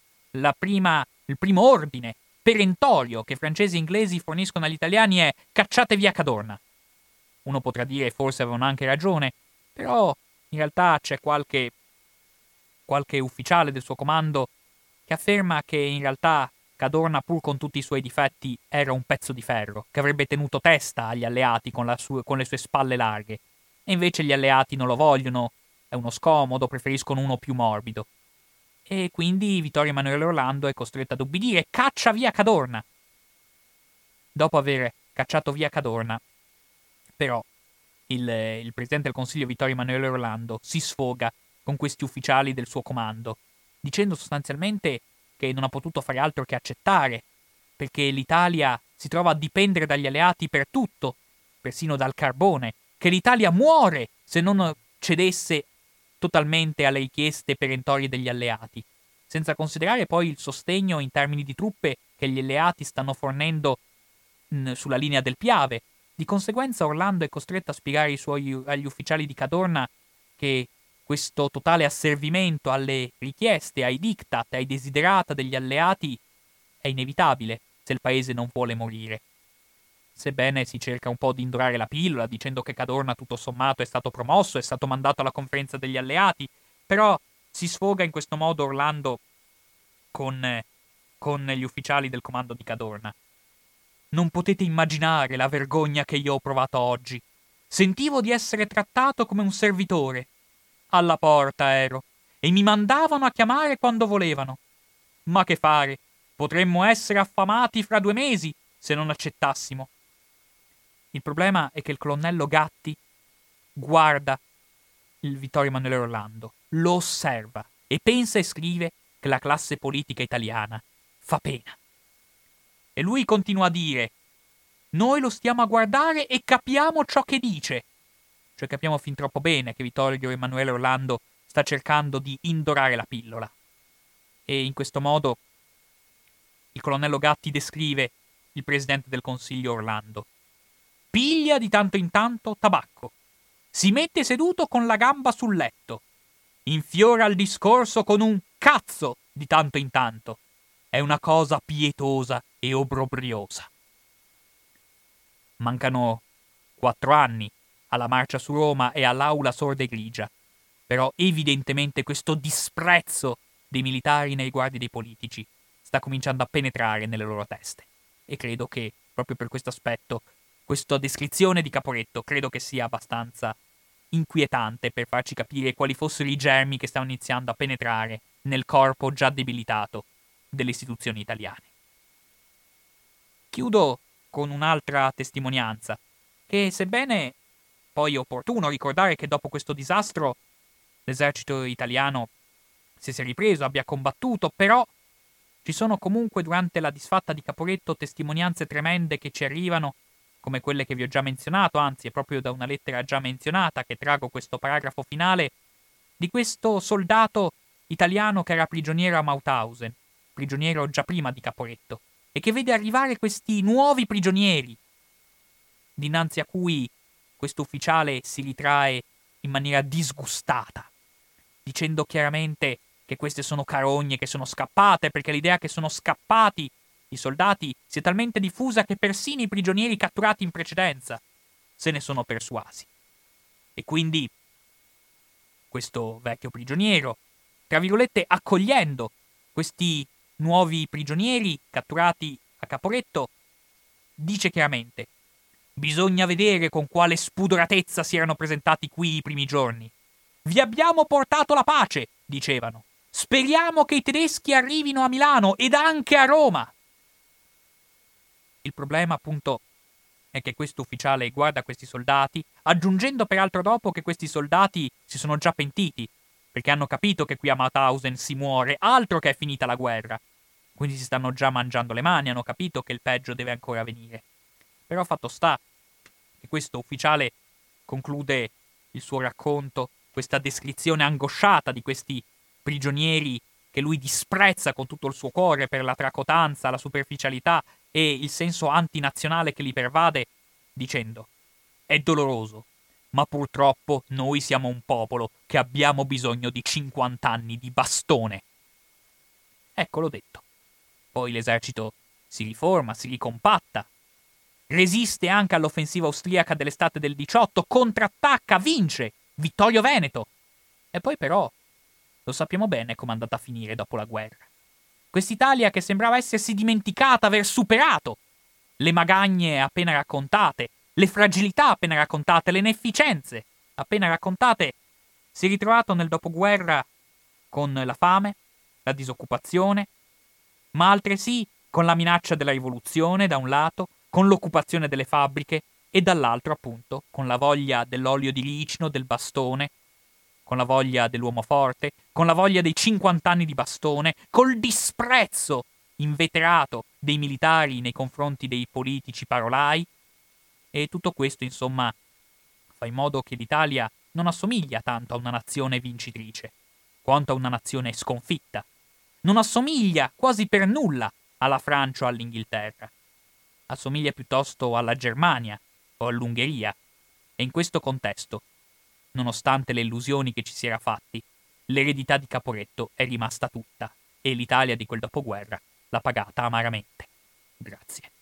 Il primo ordine perentorio che francesi e inglesi forniscono agli italiani è cacciate via Cadorna. Uno potrà dire forse avevano anche ragione, però in realtà c'è qualche ufficiale del suo comando che afferma che in realtà Cadorna, pur con tutti i suoi difetti, era un pezzo di ferro, che avrebbe tenuto testa agli alleati con le sue spalle larghe. E invece gli alleati non lo vogliono, è uno scomodo, preferiscono uno più morbido. E quindi Vittorio Emanuele Orlando è costretto ad ubbidire, caccia via Cadorna. Dopo aver cacciato via Cadorna, però, il presidente del Consiglio Vittorio Emanuele Orlando si sfoga con questi ufficiali del suo comando, dicendo sostanzialmente che non ha potuto fare altro che accettare, perché l'Italia si trova a dipendere dagli alleati per tutto, persino dal carbone, che l'Italia muore se non cedesse totalmente alle richieste perentorie degli alleati, senza considerare poi il sostegno in termini di truppe che gli alleati stanno fornendo sulla linea del Piave. Di conseguenza Orlando è costretto a spiegare agli ufficiali di Cadorna che questo totale asservimento alle richieste, ai diktat, ai desiderata degli alleati è inevitabile se il paese non vuole morire. Sebbene si cerca un po' di indorare la pillola dicendo che Cadorna tutto sommato è stato promosso, è stato mandato alla conferenza degli alleati, però si sfoga in questo modo Orlando con gli ufficiali del comando di Cadorna. Non potete immaginare la vergogna che io ho provato oggi. Sentivo di essere trattato come un servitore. Alla porta ero, e mi mandavano a chiamare quando volevano. Ma che fare? Potremmo essere affamati fra 2 mesi se non accettassimo. Il problema è che il colonnello Gatti guarda il Vittorio Emanuele Orlando, lo osserva e pensa e scrive che la classe politica italiana fa pena. E lui continua a dire: noi lo stiamo a guardare e capiamo ciò che dice. Cioè capiamo fin troppo bene che Vittorio Emanuele Orlando sta cercando di indorare la pillola. E in questo modo il colonnello Gatti descrive il presidente del Consiglio Orlando. Piglia di tanto in tanto tabacco. Si mette seduto con la gamba sul letto. Infiora il discorso con un cazzo di tanto in tanto. È una cosa pietosa e obbrobriosa. Mancano 4 anni alla marcia su Roma e all'aula sorda e grigia, però evidentemente questo disprezzo dei militari nei riguardi dei politici sta cominciando a penetrare nelle loro teste. E credo che, proprio per questo aspetto, questa descrizione di Caporetto credo che sia abbastanza inquietante per farci capire quali fossero i germi che stanno iniziando a penetrare nel corpo già debilitato delle istituzioni italiane. Chiudo con un'altra testimonianza, che sebbene poi è opportuno ricordare che dopo questo disastro l'esercito italiano si è ripreso, abbia combattuto, però ci sono comunque durante la disfatta di Caporetto testimonianze tremende che ci arrivano, come quelle che vi ho già menzionato, anzi è proprio da una lettera già menzionata che trago questo paragrafo finale, di questo soldato italiano che era prigioniero a Mauthausen, prigioniero già prima di Caporetto, e che vede arrivare questi nuovi prigionieri, dinanzi a cui questo ufficiale si ritrae in maniera disgustata, dicendo chiaramente che queste sono carogne che sono scappate, perché l'idea che sono scappati i soldati si è talmente diffusa che persino i prigionieri catturati in precedenza se ne sono persuasi. E quindi questo vecchio prigioniero, tra virgolette, accogliendo questi nuovi prigionieri catturati a Caporetto, dice chiaramente: bisogna vedere con quale spudoratezza si erano presentati qui i primi giorni. Vi abbiamo portato la pace, dicevano. Speriamo che i tedeschi arrivino a Milano ed anche a Roma. Il problema, appunto, è che questo ufficiale guarda questi soldati, aggiungendo peraltro dopo che questi soldati si sono già pentiti, perché hanno capito che qui a Mauthausen si muore, altro che è finita la guerra. Quindi si stanno già mangiando le mani, hanno capito che il peggio deve ancora venire. Però fatto sta che questo ufficiale conclude il suo racconto, questa descrizione angosciata di questi prigionieri che lui disprezza con tutto il suo cuore per la tracotanza, la superficialità e il senso antinazionale che li pervade, dicendo: è doloroso, ma purtroppo noi siamo un popolo che abbiamo bisogno di 50 anni di bastone. Eccolo detto. Poi l'esercito si riforma, si ricompatta, resiste anche all'offensiva austriaca dell'estate del 18, contrattacca, vince, Vittorio Veneto. E poi però lo sappiamo bene com'è andata a finire dopo la guerra. Quest'Italia che sembrava essersi dimenticata, aver superato le magagne appena raccontate, le fragilità appena raccontate, le inefficienze appena raccontate, si è ritrovato nel dopoguerra con la fame, la disoccupazione, ma altresì con la minaccia della rivoluzione da un lato, con l'occupazione delle fabbriche e dall'altro appunto con la voglia dell'olio di ricino, del bastone, con la voglia dell'uomo forte, con la voglia dei 50 anni di bastone, col disprezzo inveterato dei militari nei confronti dei politici parolai, e tutto questo, insomma, fa in modo che l'Italia non assomiglia tanto a una nazione vincitrice, quanto a una nazione sconfitta. Non assomiglia quasi per nulla alla Francia o all'Inghilterra. Assomiglia piuttosto alla Germania o all'Ungheria. E in questo contesto, nonostante le illusioni che ci si era fatti, l'eredità di Caporetto è rimasta tutta e l'Italia di quel dopoguerra l'ha pagata amaramente. Grazie.